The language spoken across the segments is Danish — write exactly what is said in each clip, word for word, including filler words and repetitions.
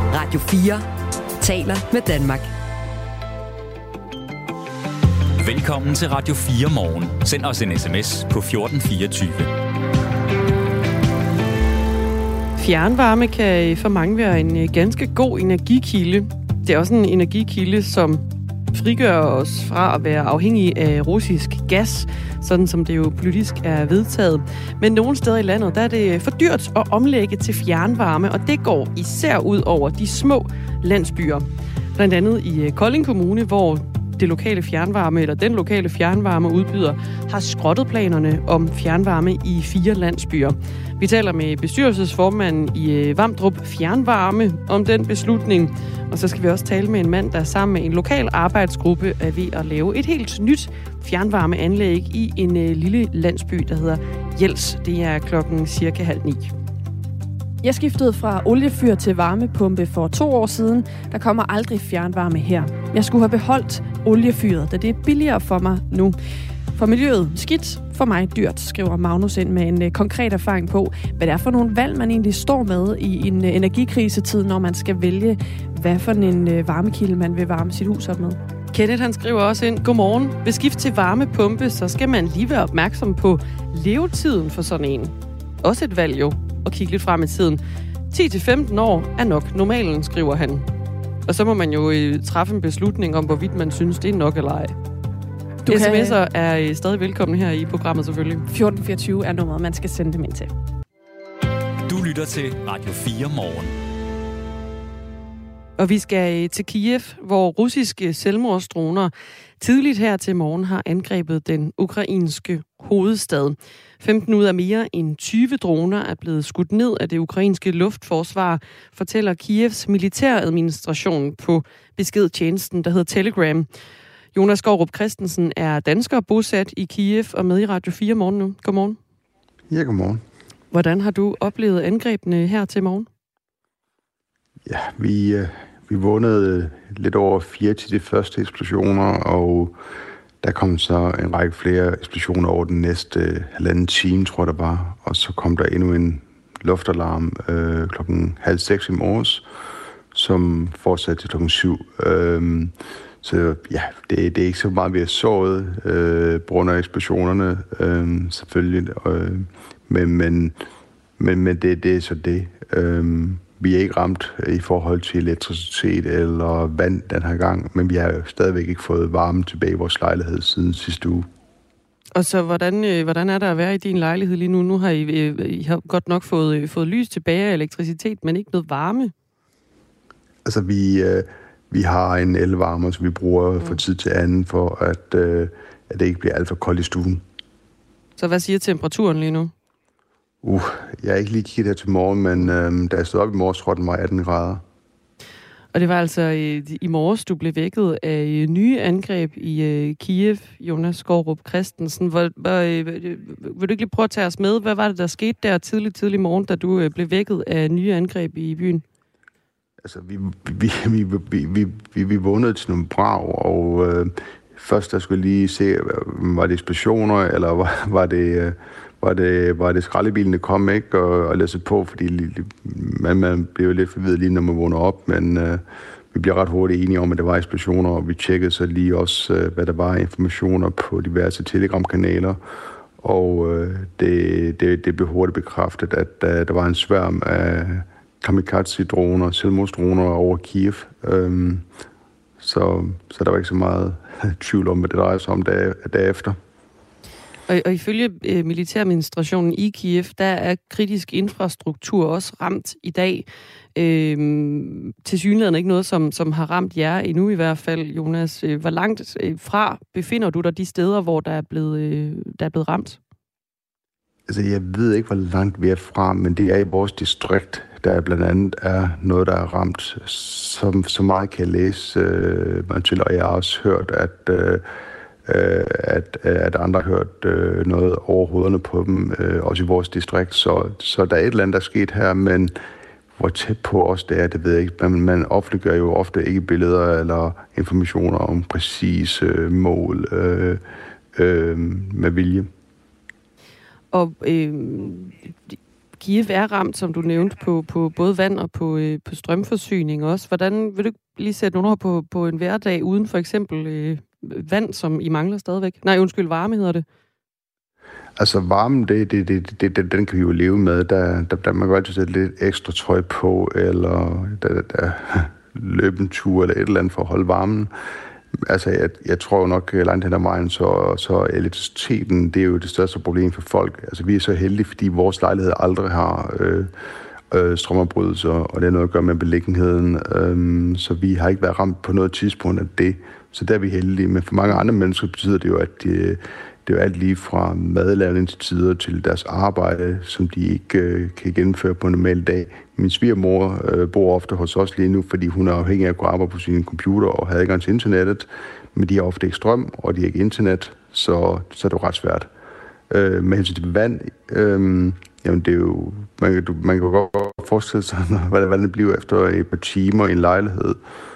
Radio fire taler med Danmark. Velkommen til Radio fire Morgen. Send os en sms på fjorten fireogtyve. Fjernvarme kan for mange være en ganske god energikilde. Det er også en energikilde, som frigør os fra at være afhængige af russisk gas, sådan som det jo politisk er vedtaget. Men nogle steder i landet, der er det for dyrt at omlægge til fjernvarme, og det går især ud over de små landsbyer. Blandt andet i Kolding Kommune, hvor det lokale fjernvarme, eller den lokale fjernvarmeudbyder, har skrottet planerne om fjernvarme i fire landsbyer. Vi taler med bestyrelsesformanden i Vamdrup Fjernvarme om den beslutning, og så skal vi også tale med en mand, der sammen med en lokal arbejdsgruppe er ved at lave et helt nyt fjernvarmeanlæg i en lille landsby, der hedder Jels. Det er klokken cirka halv ni. Jeg skiftede fra oliefyr til varmepumpe for to år siden. Der kommer aldrig fjernvarme her. Jeg skulle have beholdt oliefyret, da det er billigere for mig nu. For miljøet skidt, for mig dyrt, skriver Magnus ind med en konkret erfaring på, hvad det er for nogle valg, man egentlig står med i en energikrisetid, når man skal vælge, hvad for en varmekilde man vil varme sit hus op med. Kenneth, han skriver også ind, godmorgen. Ved skift til varmepumpe, så skal man lige være opmærksom på levetiden for sådan en. Også et valg jo, at kigge lidt frem i tiden. ti til femten år er nok normalen, skriver han. Og så må man jo træffe en beslutning om, hvorvidt man synes, det er nok eller ej. Du sms'er kan... er stadig velkomne her i programmet selvfølgelig. fjorten fireogtyve er nummeret, man skal sende dem ind til. Du lytter til Radio fire Morgen. Og vi skal til Kiev, hvor russiske selvmordsdroner tidligt her til morgen har angrebet den ukrainske hovedstad. femten ud af mere end tyve droner er blevet skudt ned af det ukrainske luftforsvar, fortæller Kievs militæradministration på beskedtjenesten, der hedder Telegram. Jonas Skourup Christensen er dansker bosat i Kiev og med i Radio fire Morgen nu. Godmorgen. Ja, godmorgen. Hvordan har du oplevet angrebene her til morgen? Ja, vi, vi vågnede lidt over fire til de første eksplosioner, og der kom så en række flere eksplosioner over den næste halvanden time, tror jeg det var. Og så kom der endnu en luftalarm øh, klokken halv seks i morges, som fortsatte til klokken syv. Øh, så ja, det, det er ikke så meget, vi har såret øh, på grund af eksplosionerne, øh, selvfølgelig. Øh, men men, men, men det, det er så det. Øh, Vi er ikke ramt i forhold til elektricitet eller vand den her gang, men vi har jo stadigvæk ikke fået varme tilbage i vores lejlighed siden sidste uge. Og så hvordan, hvordan er der at være i din lejlighed lige nu? Nu har I, I har godt nok fået, fået lys tilbage af elektricitet, men ikke noget varme. Altså vi, vi har en elvarmer, som vi bruger mm. fra tid til anden, for at, at det ikke bliver alt for koldt i stuen. Så hvad siger temperaturen lige nu? Uh, jeg har ikke lige kigget her til morgen, men øhm, da jeg stod op i morges, tror jeg, den var atten grader. Og det var altså i, i morges, du blev vækket af nye angreb i uh, Kiev, Jonas Skourup Christensen. Hvor, hvor, øh, vil du ikke lige prøve at tage os med? Hvad var det, der skete der tidlig, tidlig morgen, da du øh, blev vækket af nye angreb i byen? Altså, vi, vi, vi, vi, vi, vi, vi vågnede til nogle brag, og øh, først der skulle lige se, var det eksplosioner, eller var, var det... Øh, Var det, var det skraldebilen, der kom, ikke, og, og læste på, fordi man, man bliver jo lidt forvirret lige, når man vågner op, men øh, vi bliver ret hurtigt enige om, at der var eksplosioner, og vi tjekkede så lige også, øh, hvad der var informationer på diverse telegramkanaler, og øh, det, det, det blev hurtigt bekræftet, at øh, der var en sværm af kamikaze-droner, selvmordsdroner over Kiev, øh, så, så der var ikke så meget tvivl om, hvad det drejede sig om dag, derefter. Og, og ifølge øh, militæradministrationen i Kiev, der er kritisk infrastruktur også ramt i dag. Øhm, tilsyneladende ikke noget, som, som har ramt jer endnu i hvert fald, Jonas. Øh, hvor langt øh, fra befinder du dig de steder, hvor der er blevet, øh, der er blevet ramt? Altså, jeg ved ikke, hvor langt vi er fra, men det er i vores distrikt, der blandt andet er noget, der er ramt. Som, så meget kan jeg læse øh, mig til, og jeg har også hørt, at... Øh, At, at andre har hørt øh, noget over hovederne på dem, øh, også i vores distrikt. Så, så der er et eller andet, der er sket her, men hvor tæt på os det er, det ved jeg ikke. Man, man offentliggør jo ofte ikke billeder eller informationer om præcis øh, mål øh, øh, med vilje. Og øh, Kiev er ramt, som du nævnte, på, på både vand og på, øh, på strømforsyning også. Hvordan vil du lige sætte nogle ord på, på en hverdag uden for eksempel øh, vand, som I mangler stadigvæk? Nej, undskyld, varme hedder det. Altså varmen, det, det, det, det, det, den kan vi jo leve med. Der, der, der man kan altid sætte lidt ekstra tøj på, eller der, der, løbe en tur, eller et eller andet for at holde varmen. Altså, jeg, jeg tror nok langt hen ad vejen, så, så elektriciteten, det er jo det største problem for folk. Altså, vi er så heldige, fordi vores lejlighed aldrig har øh, øh, strømafbrydelser, og det er noget at gøre med beliggenheden. Øh, så vi har ikke været ramt på noget tidspunkt af det. Så der er vi heldige. Men for mange andre mennesker betyder det jo, at de, det er jo alt lige fra madlavning til tider til deres arbejde, som de ikke øh, kan gennemføre på en normal dag. Min svigermor øh, bor ofte hos os lige nu, fordi hun er afhængig af at kunne arbejde på sin computer og have adgang til internettet. Men de har ofte ikke strøm, og de har ikke internet, så, så er det jo ret svært. Øh, med hensyn til vand, øh, jamen det er jo, man, kan, man kan jo godt forestille sig, hvad, hvad det bliver efter et par timer i en lejlighed,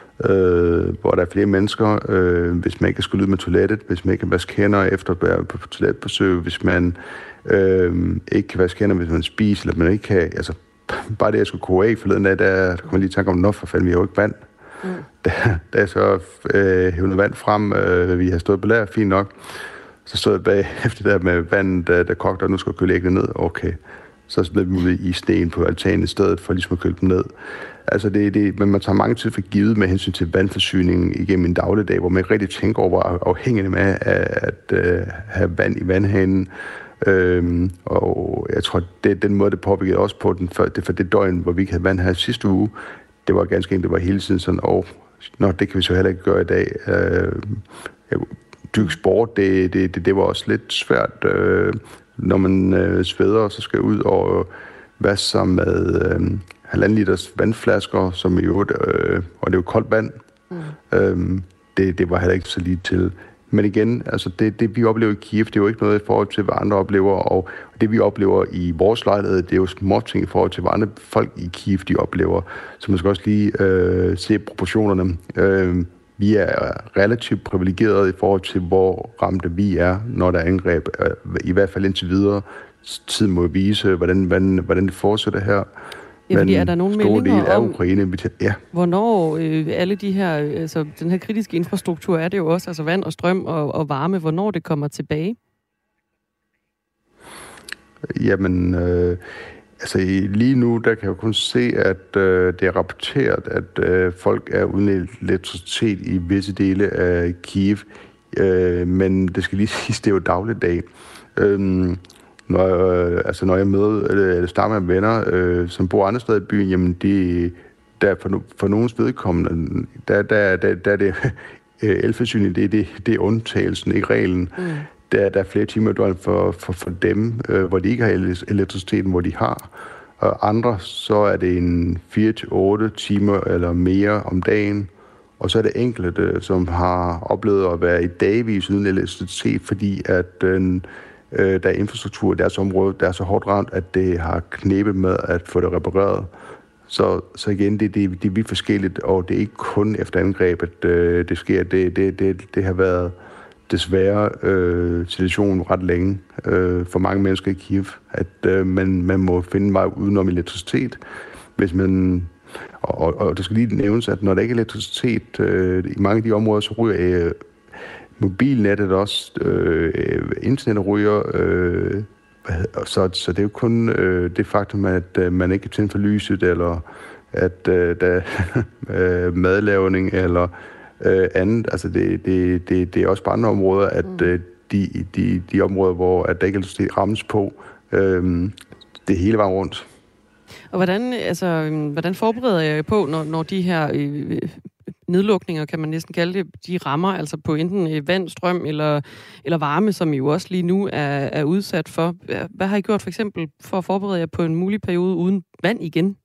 øh, hvor der er flere mennesker, øh, hvis man ikke kan skulle ud med toilettet, hvis man ikke kan vaske hænder efter at være på toiletbesøg, hvis man øh, ikke kan vaske hænder, hvis man spiser, eller man ikke kan, altså bare det, jeg skulle koge af forleden af, der, der kom jeg lige tænke om, nå for fanden, vi har jo ikke vand. Mm. Da, da jeg så øh, hævnede vand frem, øh, vi har stået på lager, fint nok, så stod jeg bag efter der med vandet, der, der kogte, og nu skulle jeg køle æggene ned. Okay, så blev vi ude i sten på altanen i stedet for ligesom at køle dem ned. Altså, det, det, men man tager mange tid for givet med hensyn til vandforsyningen igennem en dagligdag, hvor man ikke rigtig tænker over, hvor afhængig man er af at øh, have vand i vandhanen. Øhm, og jeg tror, det den måde, det påvirkede også på den, for det, for det døgn, hvor vi ikke havde vand her sidste uge, det var ganske enkelt, det var hele tiden sådan, og nå, det kan vi så heller ikke gøre i dag. Øh, dyrke sport, det, det, det, det var også lidt svært, øh, når man øh, sveder, så skal ud og vaske sig med øh, halvanden liters vandflasker, som i øvrigt, øh, og det er jo koldt vand. Mm. Øh, det, det var heller ikke så lige til. Men igen, altså det, det vi oplever i Kiev, det er jo ikke noget i forhold til, hvad andre oplever, og det vi oplever i vores lejlighed, det er jo småting i forhold til, hvad andre folk i Kiev, de oplever. Så man skal også lige øh, se proportionerne. Øh, vi er relativt privilegerede i forhold til, hvor ramte vi er, når der er angreb. I hvert fald indtil videre. Tiden må vise, hvordan, hvordan, hvordan det fortsætter her. Ja, fordi er der nogle meldinger om, Ukraine, vi tager, ja. hvornår øh, alle de her, altså den her kritiske infrastruktur er det jo også, altså vand og strøm og, og varme, hvornår det kommer tilbage? Jamen, øh, altså lige nu, der kan jeg jo kun se, at øh, det er rapporteret, at øh, folk er uden elektricitet i visse dele af Kiev, øh, men det skal lige siges, det er jo dagligdag. Øh, Når, øh, altså når jeg møder, eller starter med venner, øh, som bor andre steder i byen, jamen de, der for, for nogens vedkommende, der, der, der, der er det øh, elforsyning, det, det, det er undtagelsen, ikke reglen. Mm. Der, der er flere timer i døgnet for, for, for dem, øh, hvor de ikke har elektriciteten, hvor de har. Og andre, så er det en fire til otte timer eller mere om dagen. Og så er det enkelte, som har oplevet at være i dagvis uden elektricitet, fordi at øh, der er infrastruktur i deres område, der er så hårdt ramt, at det har knebet med at få det repareret. Så, så igen, det, det, det er vidt forskelligt, og det er ikke kun efter angreb, at øh, det sker. Det, det, det, det har været desværre øh, situationen ret længe øh, for mange mennesker i Kiev, at øh, man, man må finde en vej udenom elektricitet. Hvis man, og, og det skal lige nævnes, at når der ikke er elektricitet øh, i mange af de områder, så ryger øh, mobilnettet også, øh, internettet ryger, øh, så, så det er jo kun øh, det faktum, at øh, man ikke kan tænde for lyset, eller at øh, der er øh, madlavning, eller øh, andet. Altså det, det, det, det er også på andre områder, at øh, de, de, de områder, hvor at der ikke er rammes på, øh, det er hele vejen rundt. Og hvordan, altså, hvordan forbereder jeg på, når, når de her øh, nedlukninger, kan man næsten kalde det, de rammer altså på enten vand, strøm eller, eller varme, som I jo også lige nu er, er udsat for. Hvad har I gjort for eksempel for at forberede jer på en mulig periode uden vand igen?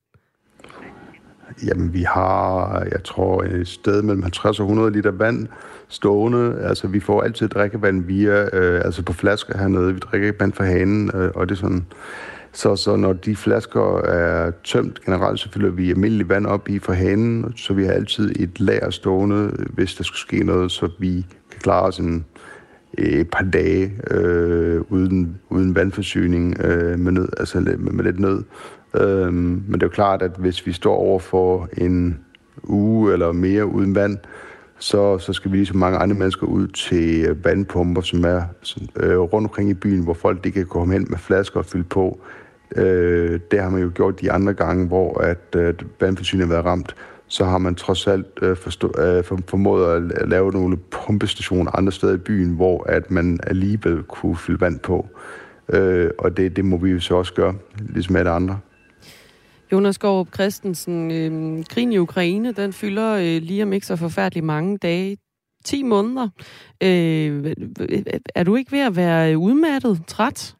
Jamen, vi har, jeg tror, et sted mellem halvtreds og hundrede liter vand stående. Altså, vi får altid drikkevand via, øh, altså på flasker hernede. Vi drikker ikke vand fra hanen, øh, og det er sådan. Så, så når de flasker er tømt generelt, så fylder vi almindelig vand op i for hanen, så vi har altid et lager stående, hvis der skulle ske noget, så vi kan klare os en, et par dage øh, uden, uden vandforsyning øh, med, nød, altså med, med lidt nød. Øh, men det er jo klart, at hvis vi står over for en uge eller mere uden vand, så, så skal vi ligesom mange andre mennesker ud til vandpumper, som er øh, rundt omkring i byen, hvor folk de kan komme hen med flasker og fylde på. Øh, det har man jo gjort de andre gange, hvor at, øh, vandforsyningen har været ramt. Så har man trods alt øh, forstå, øh, formået at lave nogle pumpestationer andre steder i byen, hvor at man alligevel kunne fylde vand på. Øh, og det, det må vi jo så også gøre, ligesom alle andre. Jonas Skaarup Christensen, øh, krigen i Ukraine, den fylder øh, lige om ikke så forfærdeligt mange dage. ti måneder. Øh, er du ikke ved at være udmattet, træt?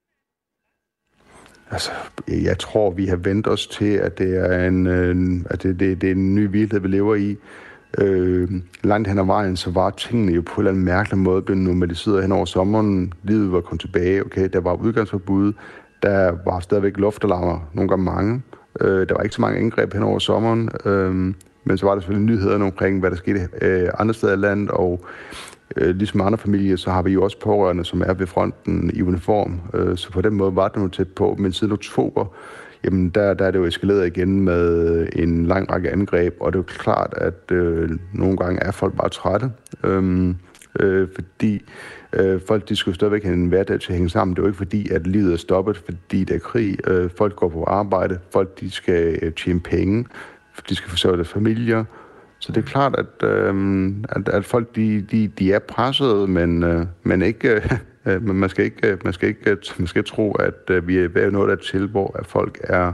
Altså, jeg tror, vi har vendt os til, at det er en, at det, det, det er en ny virkelighed, vi lever i. Øh, langt hen ad vejen, så var tingene jo på en eller anden mærkelig måde blevet normaliseret hen over sommeren. Livet var kommet tilbage. Okay, der var udgangsforbud. Der var stadigvæk luftalarmer, nogle gange mange. Øh, der var ikke så mange indgreb hen over sommeren. Øh, men så var der selvfølgelig nyhederne omkring, hvad der skete øh, andre steder i landet. Og øh, ligesom andre familier, så har vi jo også pårørende, som er ved fronten i uniform. Øh, så på den måde var det nu tæt på. Men siden oktober, jamen der, der er det jo eskaleret igen med en lang række angreb. Og det er jo klart, at øh, nogle gange er folk bare trætte. Øh, øh, fordi øh, folk de skal jo stadigvæk have en hverdag til at hænge sammen. Det er jo ikke fordi, at livet er stoppet, fordi der er krig. Øh, folk går på arbejde. Folk de skal tjene penge. De skal forsørge deres familier. Så det er klart, at, øh, at, at folk de, de, de er pressede, men, øh, men ikke, øh, man, skal ikke, man, skal ikke, man skal ikke tro, at øh, vi er ved noget der til, hvor at folk er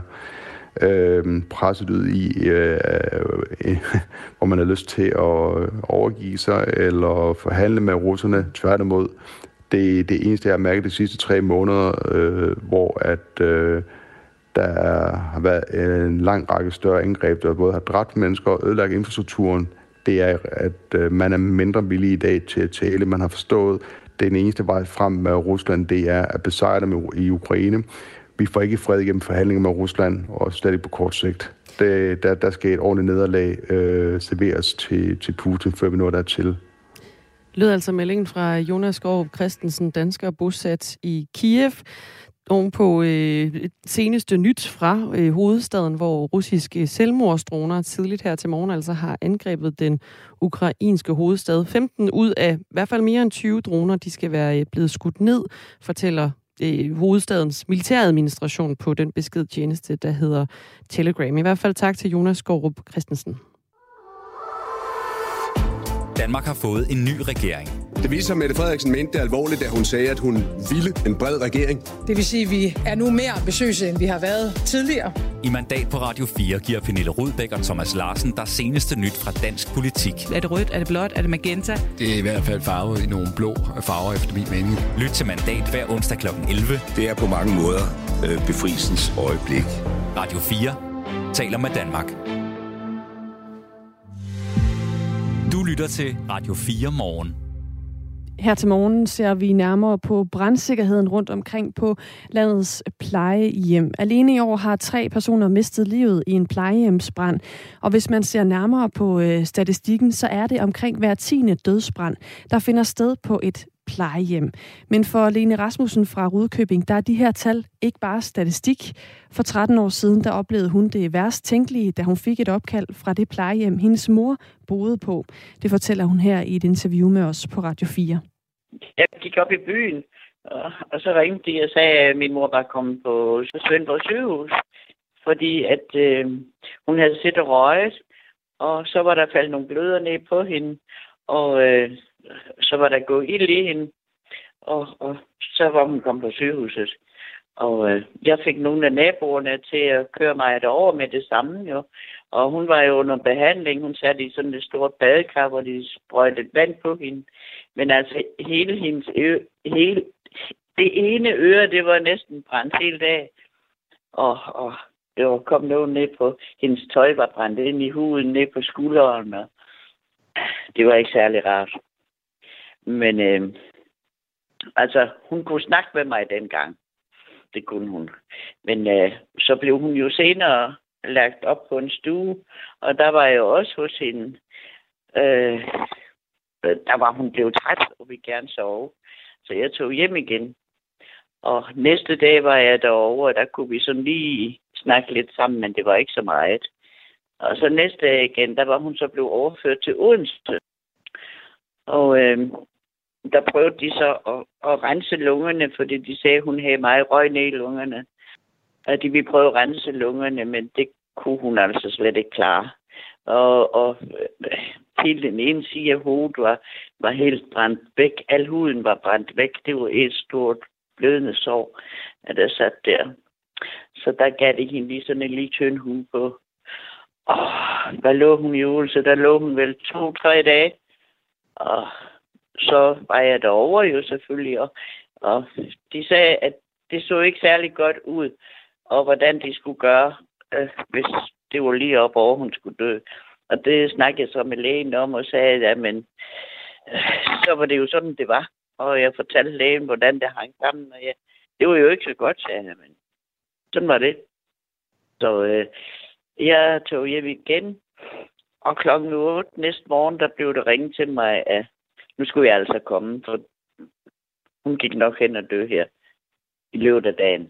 øh, presset ud i, øh, øh, hvor man har lyst til at overgive sig eller forhandle med russerne. Tværtimod, det, det eneste, jeg har mærket de sidste tre måneder, øh, hvor at øh, der har været en lang række større angreb, der både har dræbt mennesker og ødelagt infrastrukturen. Det er, at man er mindre villig i dag til at tale. Man har forstået, at den eneste vej frem med Rusland, det er at besejre dem i Ukraine. Vi får ikke fred igennem forhandlinger med Rusland, og stadig på kort sigt. Det, der, der skal et ordentligt nederlag øh, serveres til, til Putin, før vi når dertil. Lød altså meldingen fra Jonas Skaarup Christensen, dansker bosat i Kiev. Oven på øh, seneste nyt fra øh, hovedstaden, hvor russiske selvmordsdroner tidligt her til morgen altså har angrebet den ukrainske hovedstad. femten ud af i hvert fald mere end tyve droner, de skal være øh, blevet skudt ned, fortæller øh, hovedstadens militæradministration på den beskedtjeneste, der hedder Telegram. I hvert fald tak til Jonas Skaarup Christensen. Danmark har fået en ny regering. Det viser, at Mette Frederiksen mente det alvorligt, da hun sagde, at hun ville en bred regering. Det vil sige, at vi er nu mere ambitiøse, end vi har været tidligere. I Mandat på Radio fire giver Pernille Rudbæk og Thomas Larsen der seneste nyt fra dansk politik. Er det rødt? Er det blåt? Er det magenta? Det er i hvert fald farvet i nogle blå farver, efter min mening. Lyt til Mandat hver onsdag klokken elleve. Det er på mange måder øh, befrielsens øjeblik. Radio fire taler med Danmark. Du lytter til Radio fire morgen. Her til morgen ser vi nærmere på brandsikkerheden rundt omkring på landets plejehjem. Alene i år har tre personer mistet livet i en plejehjemsbrand. Og hvis man ser nærmere på øh, statistikken, så er det omkring hver tiende dødsbrand, der finder sted på et plejehjem. Men for Lene Rasmussen fra Rudkøbing, der er de her tal ikke bare statistik. For tretten år siden, der oplevede hun det værst tænkelige, da hun fik et opkald fra det plejehjem, hendes mor boede på. Det fortæller hun her i et interview med os på Radio fire. Jeg gik op i byen, og så ringte de og sagde, at min mor var kommet på Svendborg sygehus, fordi at øh, hun havde siddet og røget, og så var der faldet nogle gløder ned på hende, og øh, så var der gået ild i hende, og, og så var hun kommet på sygehuset. Og øh, jeg fik nogle af naboerne til at køre mig derover med det samme, jo. Og hun var jo under behandling. Hun satte i sådan et stort badekar, hvor de sprøjtede vand på hende. Men altså, hele hendes øre, hele, det ene øre, det var næsten brændt hele dag. Og, og det var kommet noget ned på, hendes tøj var brændt ind i huden, ned på skulderen. Og det var ikke særlig rart. Men øh, altså, hun kunne snakke med mig dengang. Det kunne hun. Men øh, så blev hun jo senere lagt op på en stue, og der var jeg jo også hos hende. Øh, der var hun blevet træt og ville gerne sove. Så jeg tog hjem igen. Og næste dag var jeg derovre, og der kunne vi sådan lige snakke lidt sammen, men det var ikke så meget. Og så næste dag igen, der var hun så blevet overført til Odense. Og øh, der prøvede de så at, at rense lungerne, fordi de sagde, at hun havde meget røg ned i lungerne. Og de ville prøve at rense lungerne, men det kunne hun altså slet ikke klare. Og, og hele den ene side af hovedet var, var helt brændt væk. Al huden var brændt væk. Det var et stort blødende sår, at der sat der. Så der gav det hende lige sådan en lige tynd hue på. Og der lå hun i Odense, der lå hun vel to-tre dage. Og så var jeg derovre jo selvfølgelig. Og, og de sagde, at det så ikke særlig godt ud. Og hvordan de skulle gøre, øh, hvis det var lige op over, hun skulle dø. Og det snakkede jeg så med lægen om og sagde, at men, øh, så var det jo sådan, det var. Og jeg fortalte lægen, hvordan det hang sammen. Og jeg, det var jo ikke så godt, sagde jeg, men sådan var det. Så øh, jeg tog hjem igen, og klokken otte næste morgen, der blev det ringet til mig, at nu skulle jeg altså komme, for hun gik nok hen og dø her i løbet af dagen.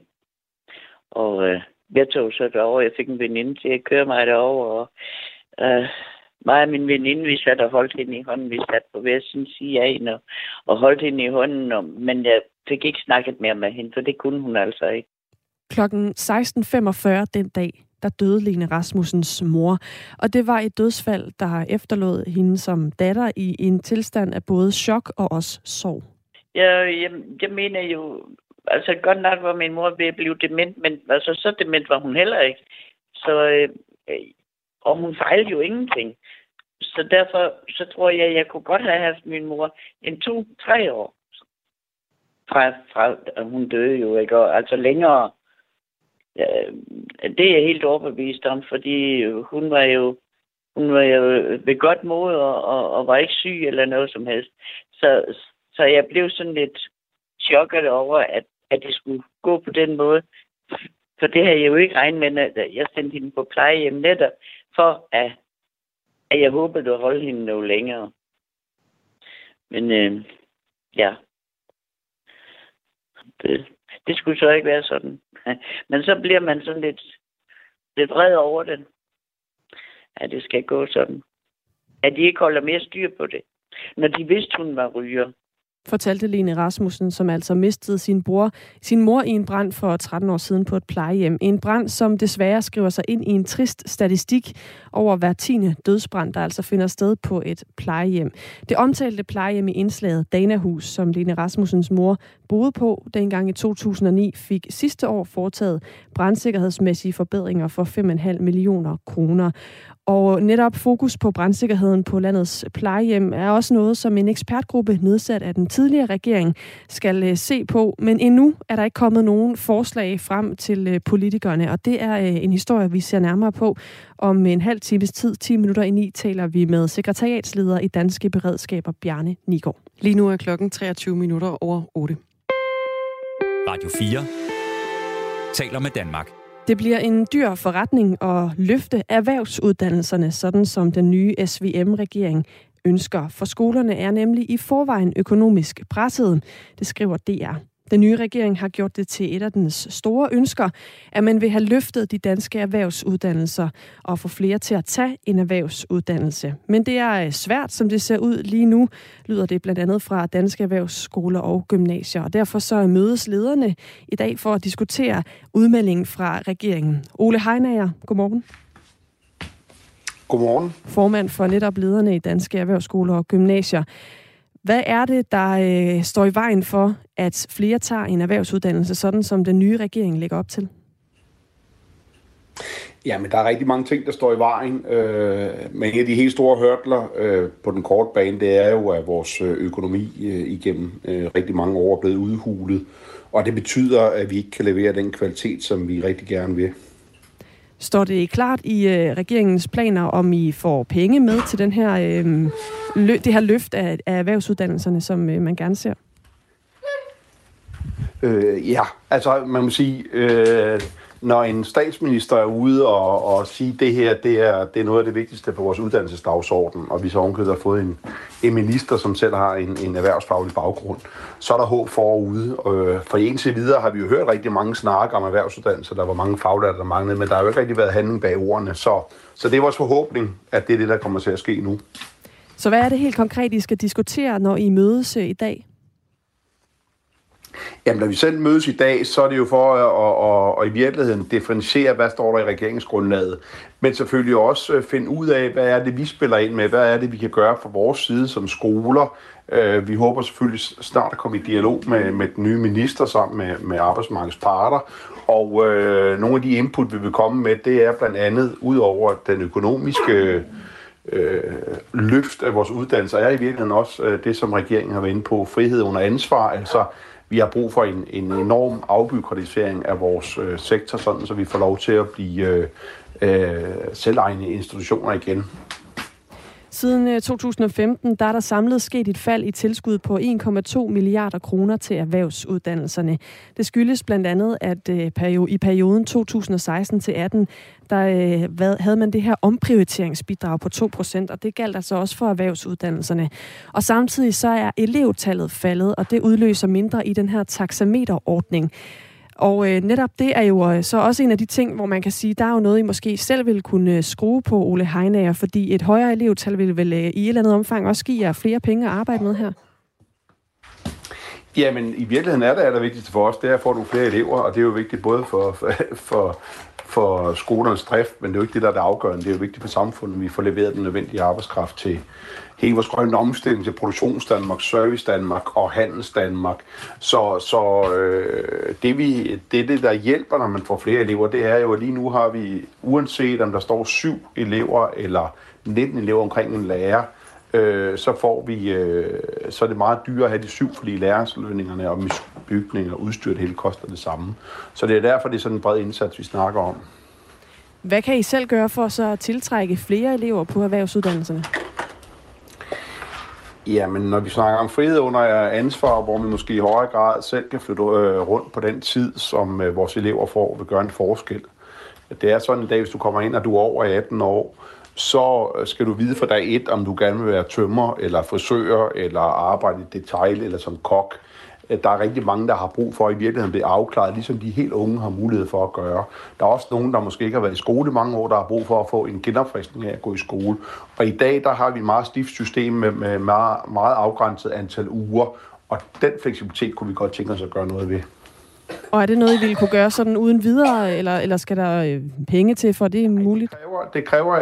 Og øh, jeg tog så derover. Jeg fik en veninde til at køre mig derover, og øh, mig og min veninde, vi satte og holdt hende i hånden. Vi satte på hver sin side af hende og, og holdt hende i hånden. Og, men jeg fik ikke snakket mere med hende, for det kunne hun altså ikke. Klokken seksten femogfyrre den dag, der døde Lene Rasmussens mor. Og det var et dødsfald, der efterlod hende som datter i en tilstand af både chok og også sorg. Jeg, jeg, jeg mener jo, altså godt nok var min mor ved at blive dement, men altså, så dement var hun heller ikke. Så, øh, og hun fejlede jo ingenting. Så derfor så tror jeg, at jeg kunne godt have haft min mor en to-tre år. Fra, fra hun døde jo, ikke? Og altså længere. Ja, det er jeg helt overbevist om, fordi hun var jo, hun var jo ved godt mod og, og, og var ikke syg eller noget som helst. Så, så jeg blev sådan lidt chokket over, at, at det skulle gå på den måde. For det havde jeg jo ikke regnet med, at jeg sendte hende på plejehjem netop, for at, at jeg håbede at holde hende noget længere. Men øh, ja, det, det skulle så ikke være sådan. Men så bliver man sådan lidt, lidt vred over det. At det skal gå sådan. At de ikke holder mere styr på det. Når de vidste, hun var ryger. Fortalte Lene Rasmussen, som altså mistede sin bror, sin mor i en brand for tretten år siden på et plejehjem. En brand, som desværre skriver sig ind i en trist statistik over hver tiende dødsbrand, der altså finder sted på et plejehjem. Det omtalte plejehjem i indslaget Danahus, som Lene Rasmussens mor boede på dengang i to tusind og ni, fik sidste år foretaget brandsikkerhedsmæssige forbedringer for fem komma fem millioner kroner. Og netop fokus på brandsikkerheden på landets plejehjem er også noget, som en ekspertgruppe nedsat af den tidligere regering skal se på. Men endnu er der ikke kommet nogen forslag frem til politikerne, og det er en historie, vi ser nærmere på. Om en halv times tid, ti minutter i ni, taler vi med sekretariatsleder i Danske Beredskaber, Bjarne Nigård. Lige nu er klokken treogtyve minutter over otte. Radio fire taler med Danmark. Det bliver en dyr forretning at løfte erhvervsuddannelserne, sådan som den nye S V M-regering ønsker. For skolerne er nemlig i forvejen økonomisk presset, det skriver D R. Den nye regering har gjort det til et af dens store ønsker, at man vil have løftet de danske erhvervsuddannelser og få flere til at tage en erhvervsuddannelse. Men det er svært, som det ser ud lige nu, lyder det blandt andet fra danske erhvervsskoler og gymnasier. Og derfor så mødes lederne i dag for at diskutere udmeldingen fra regeringen. Ole Heinager, godmorgen. Godmorgen. Formand for netop lederne i danske erhvervsskoler og gymnasier. Hvad er det, der øh, står i vejen for, at flere tager en erhvervsuddannelse, sådan som den nye regering lægger op til? Ja, men der er rigtig mange ting, der står i vejen. Øh, men en af de helt store hurdler øh, på den korte bane, det er jo, at vores økonomi øh, igennem øh, rigtig mange år er blevet udhulet. Og det betyder, at vi ikke kan levere den kvalitet, som vi rigtig gerne vil. Står det klart i øh, regeringens planer, om I får penge med til den her, øh, lø- det her løft af, af erhvervsuddannelserne, som øh, man gerne ser? Øh, ja, altså man må sige, øh, når en statsminister er ude og, og sige, at det her det er, det er noget af det vigtigste på vores uddannelsesdagsorden, og vi så ovenkøbet har fået en, en minister, som selv har en, en erhvervsfaglig baggrund, så er der håb forude. For indtil videre har vi jo hørt rigtig mange snakke om erhvervsuddannelser, der var mange faglærte, der manglede, men der har jo ikke rigtig været handling bag ordene. Så, så det er vores forhåbning, at det er det, der kommer til at ske nu. Så hvad er det helt konkret, I skal diskutere, når I mødes i dag? Jamen, når vi selv mødes i dag, så er det jo for at, at, at, at i virkeligheden differentiere, hvad står der i regeringsgrundlaget. Men selvfølgelig også finde ud af, hvad er det, vi spiller ind med, hvad er det, vi kan gøre fra vores side som skoler. Vi håber selvfølgelig snart at komme i dialog med, med den nye minister sammen med, med arbejdsmarkedets parter. Og øh, nogle af de input, vi vil komme med, det er blandt andet, ud over den økonomiske øh, løft af vores uddannelser, er i virkeligheden også øh, det, som regeringen har været inde på, frihed under ansvar, altså vi har brug for en, en enorm afbureaukratisering af vores øh, sektor, sådan så vi får lov til at blive øh, øh, selvejende institutioner igen. Siden to tusind og femten der er der samlet sket et fald i tilskud på en komma to milliarder kroner til erhvervsuddannelserne. Det skyldes blandt andet, at i perioden to tusind og seksten til atten der havde man det her omprioriteringsbidrag på to procent, og det galt altså også for erhvervsuddannelserne. Og samtidig så er elevtallet faldet, og det udløser mindre i den her taxameterordning. Og øh, netop det er jo øh, så også en af de ting, hvor man kan sige, der er jo noget, I måske selv vil kunne skrue på, Ole Heinager, fordi et højere elevtal vil vel øh, i et eller andet omfang også give jer flere penge at arbejde med her? Jamen, i virkeligheden er det allervigtigste for os, det er at få nogle flere elever, og det er jo vigtigt både for, for, for, for skolernes drift, men det er jo ikke det, der er det afgørende. Det er jo vigtigt for samfundet, at vi får leveret den nødvendige arbejdskraft til hele vores grønne omstilling til Produktionsdanmark, Service Danmark og Handels Danmark. Så, så øh, det, vi, det, det, der hjælper, når man får flere elever, det er jo, at lige nu har vi, uanset om der står syv elever eller nitten elever omkring en lærer, øh, så får vi, øh, så er det meget dyrere at have de syv, fordi lærerslønningerne og bygninger og udstyr, det hele koster det samme. Så det er derfor, det er sådan en bred indsats, vi snakker om. Hvad kan I selv gøre for så at tiltrække flere elever på erhvervsuddannelserne? Jamen, når vi snakker om frihed under ansvar, hvor vi måske i højere grad selv kan flytte øh, rundt på den tid, som øh, vores elever får, vil gøre en forskel. Det er sådan en dag, hvis du kommer ind, og du er over atten år, så skal du vide fra dag et, om du gerne vil være tømrer, eller frisør, eller arbejde i detail, eller som kok. Der er rigtig mange, der har brug for at i virkeligheden blive afklaret, ligesom de helt unge har mulighed for at gøre. Der er også nogen, der måske ikke har været i skole i mange år, der har brug for at få en genopfriskning af at gå i skole. Og i dag, der har vi et meget stift system med, med meget, meget afgrænset antal uger, og den fleksibilitet kunne vi godt tænke os at gøre noget ved. Og er det noget, I ville kunne gøre sådan uden videre, eller, eller skal der penge til, for det er muligt? Det kræver, det kræver,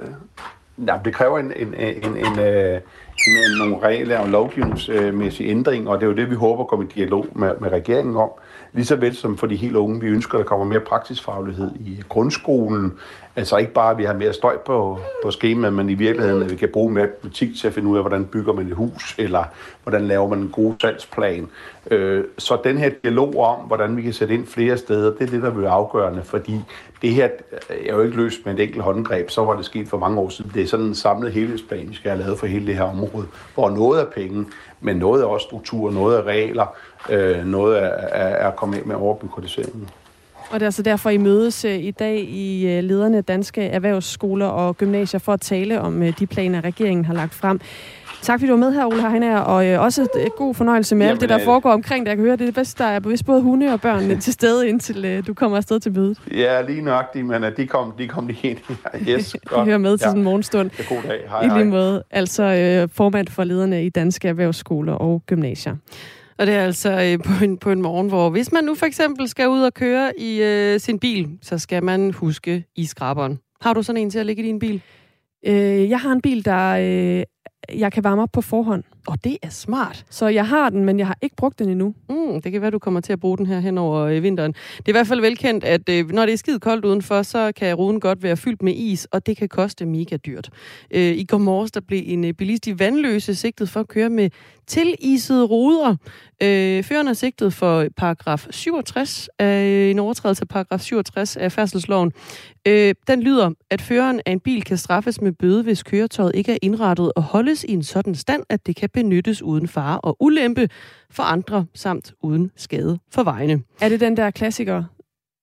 nej, det kræver en, en, en, en, en nogle regler og lovgivningsmæssige ændringer, og det er jo det, vi håber at komme i dialog med, med regeringen om. Ligeså vel som for de helt unge, vi ønsker, at der kommer mere praktisk faglighed i grundskolen. Altså ikke bare, at vi har mere støj på, på skemaet, men i virkeligheden, at vi kan bruge matematik til at finde ud af, hvordan bygger man et hus, eller hvordan laver man en god salgsplan. Så den her dialog om, hvordan vi kan sætte ind flere steder, det er det, der vil være afgørende, fordi det her er jo ikke løst med et enkelt håndgreb, så var det sket for mange år siden. Det er sådan en samlet helhedsplan, vi skal have lavet for hele det her område, hvor noget er penge, men noget er også struktur, noget er regler, noget er, er at komme ind med overbureaukratiseringen. Og det er altså derfor, I mødes i dag i lederne danske erhvervsskoler og gymnasier for at tale om de planer, regeringen har lagt frem. Tak fordi du var med her, Ole Heinager, og også god fornøjelse med Jamen, alt det, der foregår omkring det. Jeg kan høre, det er det bedste, der er bevidst både hunde og børn til stede, indtil du kommer afsted til mødet. Ja, lige nøjagtigt, men de kom, de kom lige ind. Yes, de hører med til ja. Sådan en morgenstund. Ja, god dag. Hej, I lige måde, altså øh, formand for lederne i danske erhvervsskoler og gymnasier. Og det er altså øh, på, en, på en morgen, hvor hvis man nu for eksempel skal ud og køre i øh, sin bil, så skal man huske iskraberen. Har du sådan en til at ligge i din bil? Øh, jeg har en bil, der øh, jeg kan varme op på forhånd. Og det er smart. Så jeg har den, men jeg har ikke brugt den endnu. Mm, det kan være, du kommer til at bruge den her hen over øh, vinteren. Det er i hvert fald velkendt, at øh, når det er skide koldt udenfor, så kan ruden godt være fyldt med is, og det kan koste mega dyrt. Øh, I går morges, der blev en øh, bilist i Vanløse sigtet for at køre med tilisede ruder. Øh, føreren er sigtet for paragraf syvogtres, øh, en overtrædelse af paragraf syvogtres af færdselsloven. Øh, den lyder, at føreren af en bil kan straffes med bøde, hvis køretøjet ikke er indrettet og holdes i en sådan stand, at det kan benyttes uden fare og ulempe for andre, samt uden skade for vejene. Er det den der klassiker,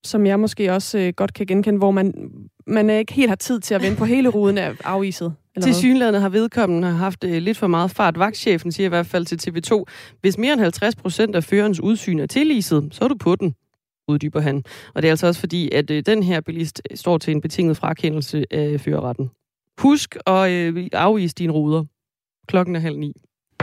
som jeg måske også øh, godt kan genkende, hvor man, man ikke helt har tid til at vende på hele ruden af afiset. Til synlædende har vedkommende haft øh, lidt for meget fart. Vagtchefen siger i hvert fald til T V to, hvis mere end halvtreds procent af førerens udsyn er tilliset, så er du på den, uddyber han. Og det er altså også fordi, at øh, den her bilist står til en betinget frakendelse af førerretten. Husk at øh, afvise dine ruder. Klokken er halv ni.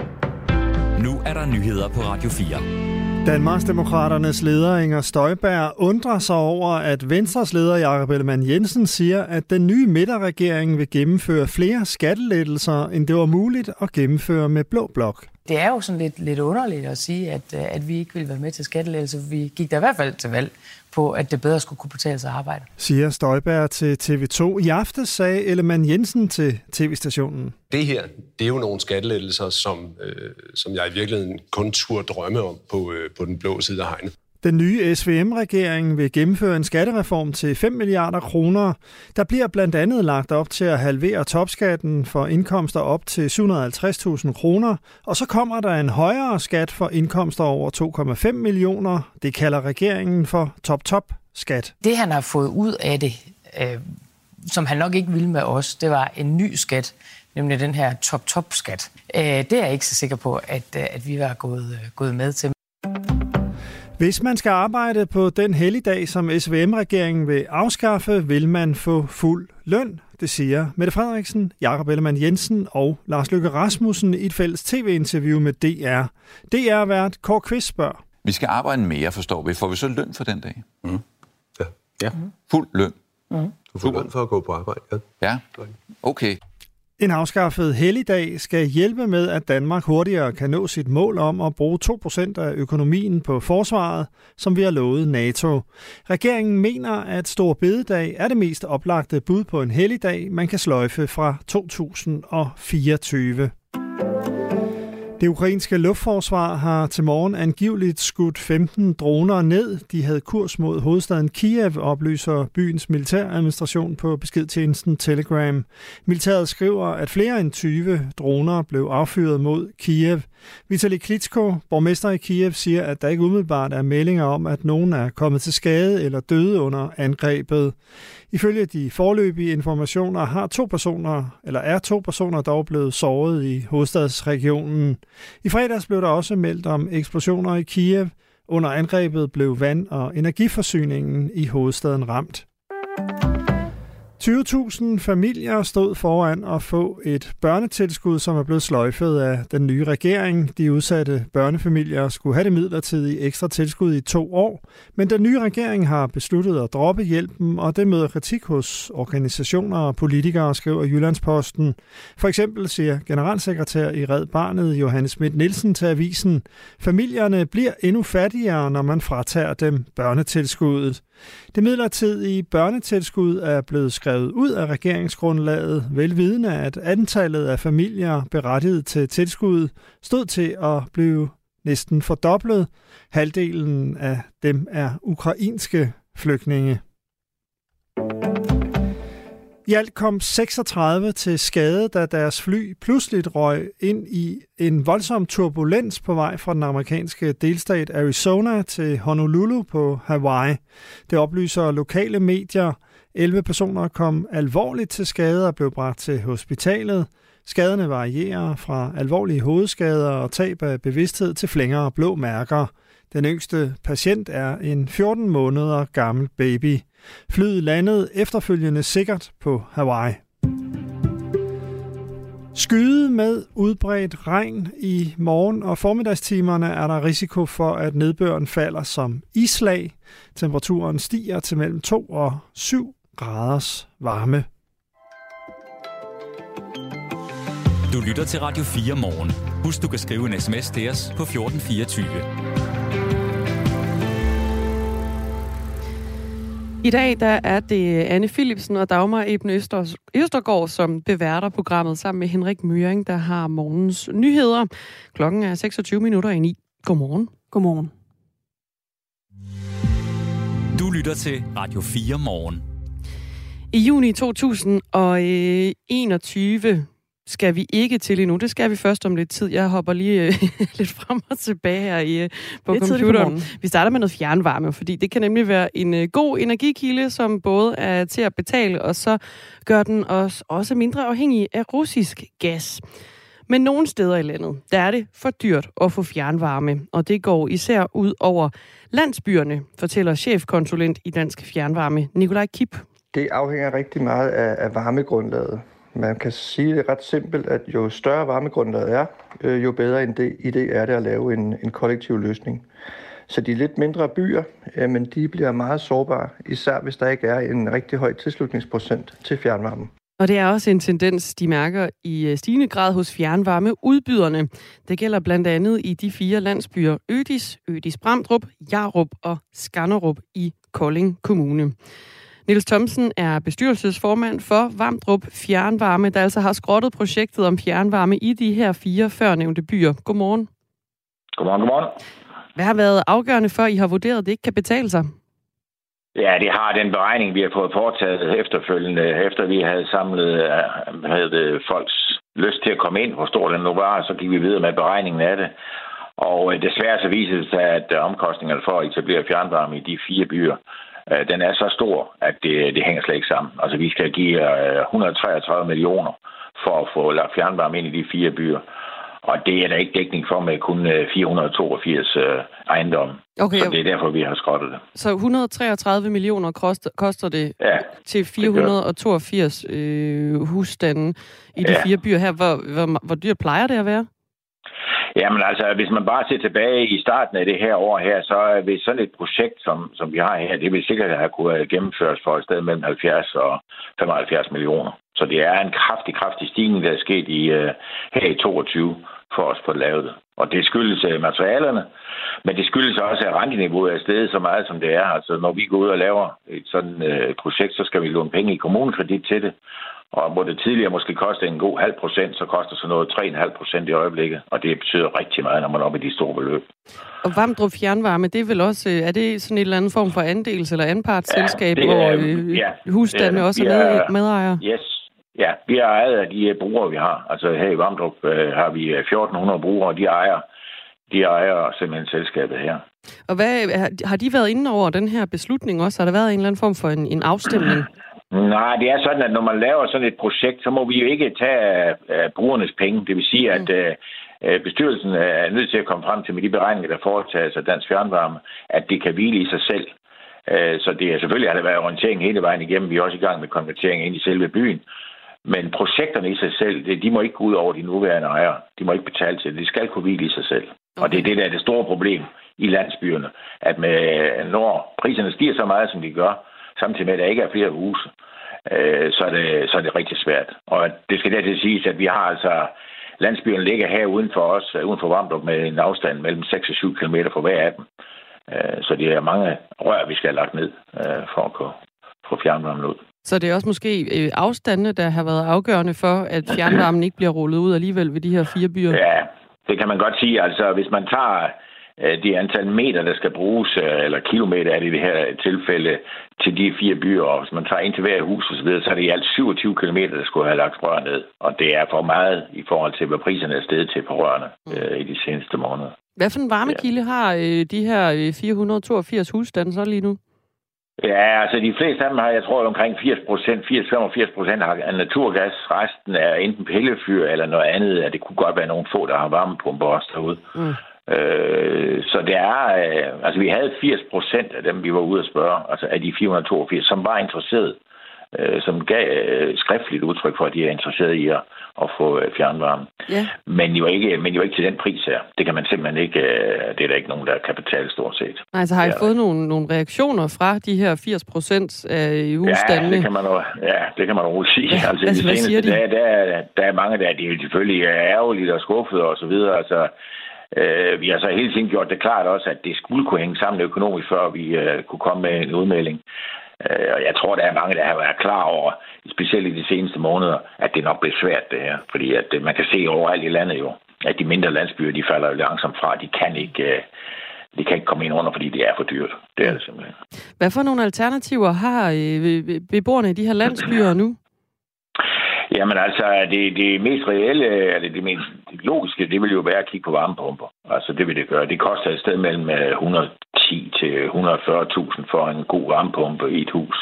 Nu er der nyheder på Radio fire. Danmarksdemokraternes leder Inger Støjberg undrer sig over, at Venstres leder Jakob Ellemann-Jensen siger, at den nye midterregering vil gennemføre flere skattelettelser, end det var muligt at gennemføre med Blå Blok. Det er jo sådan lidt, lidt underligt at sige, at, at vi ikke vil være med til skattelettelser. Vi gik der i hvert fald til valg på, at det bedre skulle kunne betale sig at arbejde. Siger Støjberg til T V to. I aftes sagde Ellemann-Jensen til T V-stationen. Det her, det er jo nogle skattelettelser, som, øh, som jeg i virkeligheden kun turde drømme om på, øh, på den blå side af hegnet. Den nye S V M-regering vil gennemføre en skattereform til fem milliarder kroner. Der bliver blandt andet lagt op til at halvere topskatten for indkomster op til syv hundrede og halvtreds tusind kroner, og så kommer der en højere skat for indkomster over to komma fem millioner. Det kalder regeringen for top-top-skat. Det, han har fået ud af det, øh, som han nok ikke ville med os, det var en ny skat, nemlig den her top-top-skat. Øh, det er jeg ikke så sikker på, at, at vi var gået, gået med til. Hvis man skal arbejde på den helligdag, som S V M-regeringen vil afskaffe, vil man få fuld løn. Det siger Mette Frederiksen, Jakob Ellemann-Jensen og Lars Løkke Rasmussen i et fælles tv-interview med D R. D R-vært Kåre Kvist spørger. Vi skal arbejde mere, forstår vi. Får vi så løn for den dag? Mm. Ja. ja. Fuld løn? Mm. Du får løn for at gå på arbejde, ja. Ja, okay. En afskaffet helligdag skal hjælpe med, at Danmark hurtigere kan nå sit mål om at bruge to procent af økonomien på forsvaret, som vi har lovet NATO. Regeringen mener, at Store Bededag er det mest oplagte bud på en helligdag, man kan sløjfe fra to tusind og fireogtyve. Det ukrainske luftforsvar har til morgen angiveligt skudt femten droner ned. De havde kurs mod hovedstaden Kiev, oplyser byens militæradministration på beskedtjenesten Telegram. Militæret skriver, at flere end tyve droner blev affyret mod Kiev. Vitali Klitschko, borgmester i Kiev, siger, at der ikke umiddelbart er meldinger om, at nogen er kommet til skade eller døde under angrebet. Ifølge de foreløbige informationer har to personer, eller er to personer dog blevet såret i hovedstadsregionen. I fredags blev der også meldt om eksplosioner i Kiev. Under angrebet blev vand- og energiforsyningen i hovedstaden ramt. tyve tusind familier stod foran at få et børnetilskud, som er blevet sløjfet af den nye regering. De udsatte børnefamilier skulle have det midlertidige ekstra tilskud i to år, men den nye regering har besluttet at droppe hjælpen, og det møder kritik hos organisationer og politikere, skriver Jyllandsposten. For eksempel siger generalsekretær i Red Barnet, Johannes Schmidt Nielsen, til avisen: familierne bliver endnu fattigere, når man fratager dem børnetilskuddet. Det midlertidige børnetilskud er blevet skrevet ud af regeringsgrundlaget, velvidende at antallet af familier berettiget til tilskud stod til at blive næsten fordoblet. Halvdelen af dem er ukrainske flygtninge. I alt kom seksogtredive til skade, da deres fly pludseligt røg ind i en voldsom turbulens på vej fra den amerikanske delstat Arizona til Honolulu på Hawaii. Det oplyser lokale medier. elleve personer kom alvorligt til skade og blev bragt til hospitalet. Skaderne varierer fra alvorlige hovedskader og tab af bevidsthed til flænger og blå mærker. Den yngste patient er en fjorten måneder gammel baby. Flyet landede efterfølgende sikkert på Hawaii. Skyde med udbredt regn i morgen og formiddagstimerne er der risiko for, at nedbøren falder som islag. Temperaturen stiger til mellem to og syv graders varme. Du lytter til Radio fire morgen. Husk, du kan skrive en sms til os på fjorten fireogtyve. I dag der er det Anne Philipsen og Dagmar Eben Øster, Østergaard, som beværter programmet sammen med Henrik Møring, der har morgens nyheder. Klokken er seksogtyve minutter i ni. Godmorgen. Godmorgen. Du lytter til Radio fire morgen. I juni to tusind og enogtyve skal vi ikke til endnu. Det skal vi først om lidt tid. Jeg hopper lige øh, lidt frem og tilbage her i, øh, på computeren. Vi starter med noget fjernvarme, fordi det kan nemlig være en øh, god energikilde, som både er til at betale, og så gør den os også mindre afhængige af russisk gas. Men nogle steder i landet, der er det for dyrt at få fjernvarme, og det går især ud over landsbyerne, fortæller chefkonsulent i Dansk Fjernvarme, Nikolaj Kip. Det afhænger rigtig meget af, af varmegrundlaget. Man kan sige det ret simpelt, at jo større varmegrundlaget er, jo bedre en idé er det at lave en, en kollektiv løsning. Så de lidt mindre byer, men de bliver meget sårbare, især hvis der ikke er en rigtig høj tilslutningsprocent til fjernvarmen. Og det er også en tendens, de mærker i stigende grad hos fjernvarmeudbyderne. Det gælder blandt andet i de fire landsbyer Ødis, Ødis Bramdrup, Jarup og Skanderup i Kolding Kommune. Niels Thomsen er bestyrelsesformand for Vamdrup Fjernvarme, der altså har skrottet projektet om fjernvarme i de her fire førnævnte byer. Godmorgen. Godmorgen, godmorgen. Hvad har været afgørende for, at I har vurderet, at det ikke kan betale sig? Ja, det har den beregning, vi har fået foretaget efterfølgende, efter vi havde samlet havde folks lyst til at komme ind, hvor stor den nu var, så gik vi videre med beregningen af det. Og desværre så viser det sig, at omkostningerne for at etablere fjernvarme i de fire byer, den er så stor, at det, det hænger slet ikke sammen. Altså, vi skal give et hundrede og treogtredive millioner for at få lagt fjernvarme ind i de fire byer. Og det er der ikke dækning for med kun fire hundrede og toogfirs ejendomme. Okay, så det er derfor, vi har skrottet det. Så et hundrede og treogtredive millioner koster, koster det ja, til fire hundrede og toogfirs øh, husstande i de ja. fire byer her. Hvor, hvor, hvor dyrt plejer det at være? Jamen altså, hvis man bare ser tilbage i starten af det her år her, så er vi sådan et projekt, som, som vi har her, det vil sikkert have kunne gennemføres for et sted mellem halvfjerds og femoghalvfjerds millioner. Så det er en kraftig, kraftig stigning, der er sket i, uh, her i toogtyve for os på lavet. Og det skyldes uh, materialerne, men det skyldes også, at renteniveauet er steget så meget, som det er. Altså, når vi går ud og laver et sådan uh, projekt, så skal vi låne penge i kommunekredit til det. Og hvor det tidligere måske kostede en god halv procent, så koster så noget tre komma fem procent i øjeblikket. Og det betyder rigtig meget, når man er oppe i de store beløb. Og Vamdrup Fjernvarme, det er vel også, er det sådan en eller anden form for andels- eller anpartsselskab, ja, hvor øh, ja, husstandene også er med, medejere? Yes. Ja, vi er ejet af de brugere, vi har. Altså her i Vamdrup øh, har vi fjorten hundrede brugere, og de ejer, de ejer simpelthen selskabet her. Og hvad, har de været inde over den her beslutning også? Har der været en eller anden form for en, en afstemning? Nej, det er sådan, at når man laver sådan et projekt, så må vi jo ikke tage uh, brugernes penge. Det vil sige, at uh, bestyrelsen er nødt til at komme frem til med de beregninger, der foretages af Dansk Fjernvarme, at det kan hvile i sig selv. Uh, så det er selvfølgelig har der været orientering hele vejen igennem. Vi er også i gang med konvertering ind i selve byen. Men projekterne i sig selv, det, de må ikke gå ud over de nuværende ejere. De må ikke betale til det. Det skal kunne hvile i sig selv. Okay. Og det er det, der er det store problem i landsbyerne. At med, når priserne stiger så meget, som de gør, samtidig med, at der ikke er flere huse, øh, så, er det, så er det rigtig svært. Og det skal dertil siges, at vi har altså, landsbyerne ligger her uden for os, uden for Vamdrup, med en afstand mellem seks og syv kilometer for hver af dem. Øh, så det er mange rør, vi skal have lagt ned øh, for at kunne få fjernvarmen ud. Så det er også måske øh, afstandene, der har været afgørende for, at fjernvarmen ikke bliver rullet ud alligevel ved de her fire byer? Ja, det kan man godt sige. Altså, hvis man tager det antal meter, der skal bruges, eller kilometer er det i det her tilfælde, til de fire byer, og hvis man tager ind til hver hus og så videre, så er det i alt syvogtyve kilometer, der skulle have lagt rør ned. Og det er for meget i forhold til, hvad priserne er steget til på rørene mm. øh, i de seneste måneder. Hvad for en varmekilde ja. har øh, de her fire hundrede og toogfirs husstande så lige nu? Ja, altså de fleste af dem har, jeg tror, omkring firs procent, firs til femogfirs procent har naturgas. Resten er enten pillefyr eller noget andet. Ja, det kunne godt være nogle få, der har varmepumper også derude. Mm. Øh, så det er, øh, altså vi havde firs procent af dem, vi var ude at spørge, altså af de fire hundrede og toogfirs, som var interesseret, øh, som gav øh, skriftligt udtryk for, at de er interesseret i at, at få øh, fjernvarme. Yeah. Men, jo ikke, men jo ikke til den pris her. Det kan man simpelthen ikke, øh, det er der ikke nogen, der kan betale stort set. Nej, så har I ja. fået nogle, nogle reaktioner fra de her firs procent af husstandene? Ja, det kan man jo, ja, det kan man roligt sige. Ja, altså, altså, hvad siger de? Der, der, der er mange, der de er selvfølgelig ærgerligt og skuffet og så videre, altså. Uh, vi har så hele tiden gjort det klart også, at det skulle kunne hænge sammen økonomisk, før vi uh, kunne komme med en udmelding. Uh, og jeg tror, der er mange, der har været klar over, specielt i de seneste måneder, at det nok bliver svært det her. Fordi at, uh, man kan se overalt i landet jo, at de mindre landsbyer, de falder jo langsomt fra. De kan ikke, uh, de kan ikke komme ind under, fordi det er for dyrt. Det er det simpelthen. Hvad for nogle alternativer har uh, beboerne i de her landsbyer nu? Jamen altså, det, det mest reelle, eller det mest logiske, det vil jo være at kigge på varmepumper. Altså det vil det gøre. Det koster et sted mellem et hundrede og ti til et hundrede og fyrre tusind for en god varmepumpe i et hus.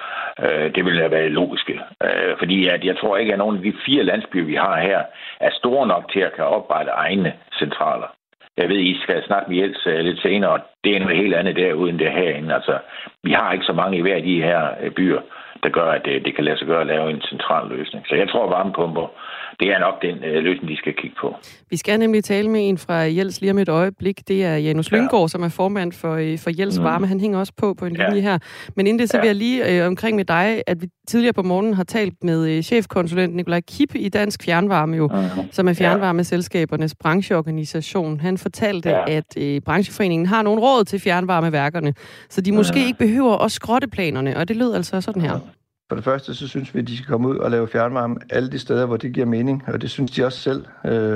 Det vil være logisk. Fordi at jeg tror ikke, at nogen af de fire landsbyer, vi har her, er store nok til at kan oprette egne centraler. Jeg ved, I skal snakke med Jels lidt senere, og det er noget helt andet derude end det herinde. Altså, vi har ikke så mange i hver af de her byer, der gør, at det, det kan lade sig gøre at lave en central løsning. Så jeg tror, at varmepumper, det er nok den øh, løsning, de skal kigge på. Vi skal nemlig tale med en fra Jels lige om et øjeblik. Det er Janus Lynggaard, ja. som er formand for, for Jels Varme. Mm. Han hænger også på på en linje ja. her. Men inden det, så vil jeg lige øh, omkring med dig, at vi tidligere på morgenen har talt med øh, chefkonsulent Nikolaj Kip i Dansk Fjernvarme, jo, mm. som er fjernvarmeselskabernes brancheorganisation. Han fortalte, ja. at øh, brancheforeningen har nogle råd til fjernvarmeværkerne, så de måske mm. ikke behøver at skrotte planerne, og det lød altså sådan her. For det første, så synes vi, at de skal komme ud og lave fjernvarme alle de steder, hvor det giver mening, og det synes de også selv.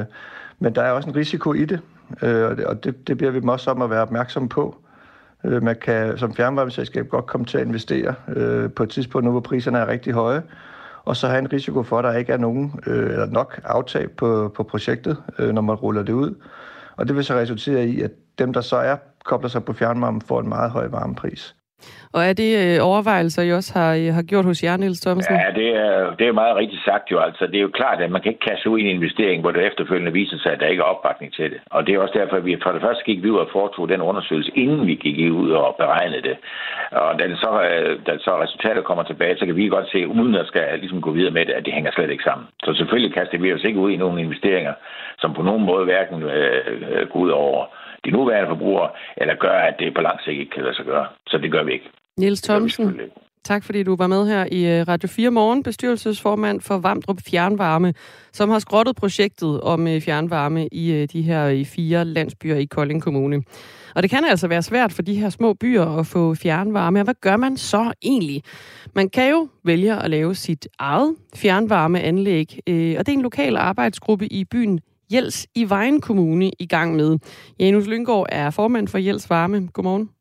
Men der er også en risiko i det, og det, det beder vi dem også om at være opmærksomme på. Man kan som fjernvarmeselskab godt komme til at investere på et tidspunkt nu, hvor priserne er rigtig høje, og så have en risiko for, at der ikke er nogen eller nok aftag på, på projektet, når man ruller det ud. Og det vil så resultere i, at dem, der så er, kobler sig på fjernvarme, får en meget høj varmepris. Og er det øh, overvejelser, I også har, har gjort hos jer, Niels Thomsen? Ja, det er, det er meget rigtigt sagt jo. Altså, det er jo klart, at man kan ikke kaste ud i en investering, hvor det efterfølgende viser sig, at der ikke er opbakning til det. Og det er også derfor, at vi for det første gik vi ud og foretog den undersøgelse, inden vi gik ud og beregnede det. Og da, det så, da så resultatet kommer tilbage, så kan vi godt se, uden at skal ligesom gå videre med det, at det hænger slet ikke sammen. Så selvfølgelig kaster vi os ikke ud i nogle investeringer, som på nogen måde hverken øh, går ud over de nuværende forbrugere, eller gør, at det på lang sigt ikke kan lade sig gøre. Så det gør vi ikke. Niels Thomsen, tak fordi du var med her i Radio fire Morgen, bestyrelsesformand for Vamdrup Fjernvarme, som har skrottet projektet om fjernvarme i de her fire landsbyer i Kolding Kommune. Og det kan altså være svært for de her små byer at få fjernvarme. Og hvad gør man så egentlig? Man kan jo vælge at lave sit eget fjernvarmeanlæg, og det er en lokal arbejdsgruppe i byen Jels i Vejen Kommune i gang med. Janus Lynggaard er formand for Jels Varme. Godmorgen.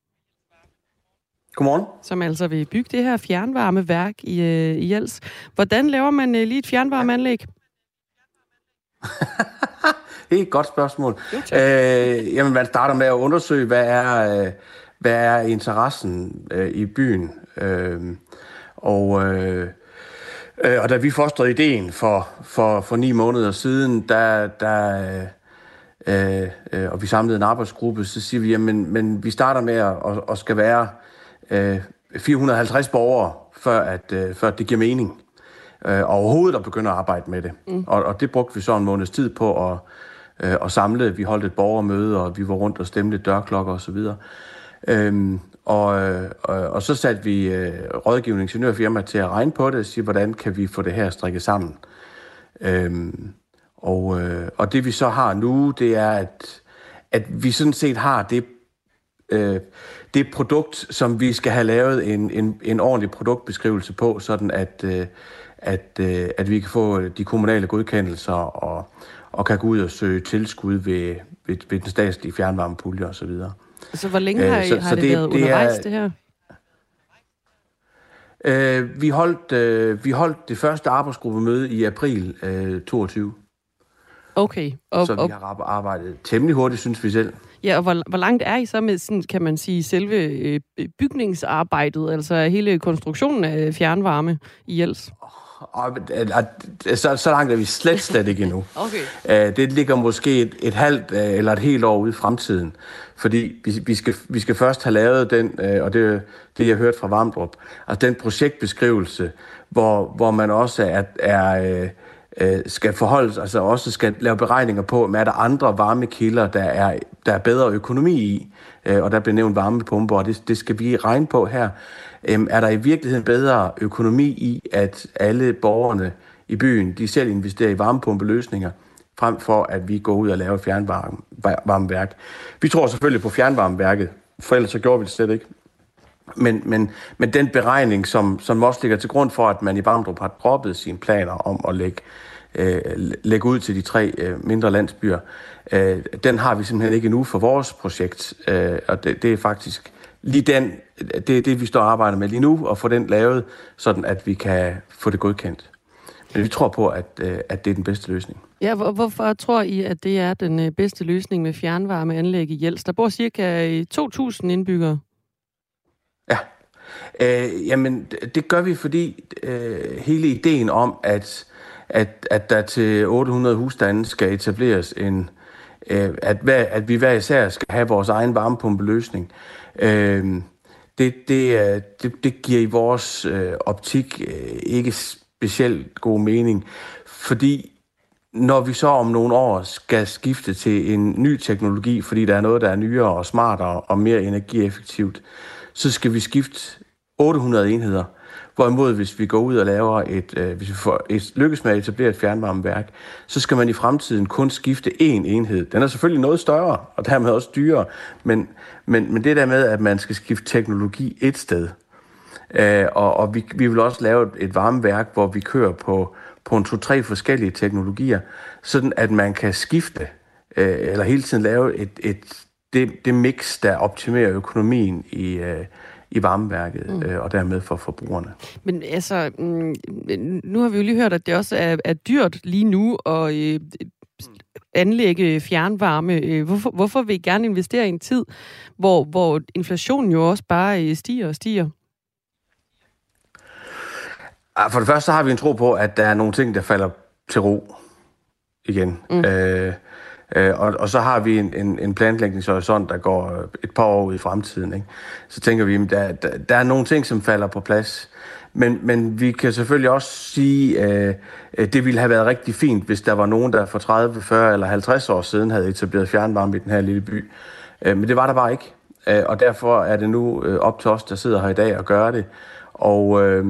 Godmorgen. Som altså vil bygge det her fjernvarmeværk i, øh, i Jels. Hvordan laver man øh, lige et fjernvarmeanlæg? Det er et godt spørgsmål. Øh, jamen, man starter med at undersøge, hvad er, øh, hvad er interessen øh, i byen. Øh, og, øh, øh, og da vi fostrede ideen for, for, for ni måneder siden, der... der øh, øh, og vi samlede en arbejdsgruppe, så siger vi, jamen, men vi starter med at, at, at skal være fire hundrede og halvtreds borgere, før, at, før det giver mening. Og overhovedet at begynde at arbejde med det. Mm. Og, og det brugte vi så en måneds tid på at, at samle. Vi holdt et borgermøde, og vi var rundt og stemte lidt dørklokker osv. Øhm, og, og, og så satte vi rådgivende ingeniørfirma til at regne på det og sige, hvordan kan vi få det her strikket sammen. Øhm, og, og det vi så har nu, det er, at, at vi sådan set har det øh, det produkt, som vi skal have lavet en, en, en ordentlig produktbeskrivelse på, sådan at, øh, at, øh, at vi kan få de kommunale godkendelser og, og kan gå ud og søge tilskud ved, ved, ved den statslige fjernvarmepulje og så videre. Så hvor længe har, I, så, har så det, det været det undervejs, er, det her? Øh, vi, holdt, øh, vi holdt det første arbejdsgruppemøde i april øh, toogtyve. Okay. Og, så vi har arbejdet temmelig hurtigt, synes vi selv. Ja, og hvor, hvor langt er I så med, sådan, kan man sige, selve øh, bygningsarbejdet, altså hele konstruktionen af fjernvarme i Jels? Oh, så, så langt er vi slet, slet ikke endnu. Okay. Det ligger måske et, et halvt eller et helt år ude i fremtiden, fordi vi, vi, skal, vi skal først have lavet den, og det det jeg hørte fra Vamdrup, altså den projektbeskrivelse, hvor, hvor man også er... er skal forholde, altså også skal lave beregninger på, om er der andre varmekilder, der er, der er bedre økonomi i, og der bliver nævnt varmepumper, og det, det skal vi regne på her. Er der i virkeligheden bedre økonomi i, at alle borgerne i byen, de selv investerer i varmepumpeløsninger, frem for at vi går ud og laver fjernvarmeværk. Vi tror selvfølgelig på fjernvarmeværket, for ellers så gjorde vi det slet ikke. Men, men, men den beregning, som, som også ligger til grund for, at man i Vamdrup har droppet sine planer om at lægge, øh, lægge ud til de tre øh, mindre landsbyer, øh, den har vi simpelthen ikke endnu for vores projekt. Øh, og det, det er faktisk lige den, det er det, vi står og arbejder med lige nu, og få den lavet, sådan at vi kan få det godkendt. men vi tror på, at, øh, at det er den bedste løsning. Ja, hvor, hvorfor tror I, at det er den øh, bedste løsning med fjernvarmeanlæg i Jels? Der bor cirka to tusind indbyggere. Ja, øh, jamen det gør vi, fordi øh, hele ideen om, at, at, at der til otte hundrede husstande skal etableres en, øh, at, hver, at vi hver især skal have vores egen varmepumpeløsning, øh, det, det, det, det giver i vores øh, optik øh, ikke specielt god mening, fordi når vi så om nogle år skal skifte til en ny teknologi, fordi der er noget, der er nyere og smartere og mere energieffektivt, så skal vi skifte otte hundrede enheder. Hvorimod, hvis vi går ud og laver et, øh, hvis vi får et, lykkes med at etablere et fjernvarmeværk, så skal man i fremtiden kun skifte én enhed. Den er selvfølgelig noget større, og dermed også dyrere, men, men, men det der med, at man skal skifte teknologi et sted, øh, og, og vi, vi vil også lave et, et varmeværk, hvor vi kører på, på en to-tre forskellige teknologier, sådan at man kan skifte, øh, eller hele tiden lave et, et, det, det mix, der optimerer økonomien i øh, i varmeværket, mm. øh, og dermed for forbrugerne. Men altså, mm, nu har vi jo lige hørt, at det også er, er dyrt lige nu at øh, anlægge fjernvarme. Hvorfor, hvorfor vil I gerne investere i en tid, hvor, hvor inflationen jo også bare øh, stiger og stiger? For det første så har vi en tro på, at der er nogle ting, der falder til ro igen. Mm. Øh, Øh, og, og så har vi en, en, en planlægningshorisont, der går et par år ud i fremtiden. Ikke? Så tænker vi, at der, der, der er nogle ting, som falder på plads. Men, men vi kan selvfølgelig også sige, at øh, det ville have været rigtig fint, hvis der var nogen, der for tredive, fyrre eller halvtreds år siden havde etableret fjernvarme i den her lille by. Øh, men det var der bare ikke. Øh, og derfor er det nu øh, op til os, der sidder her i dag og gør det. Og øh,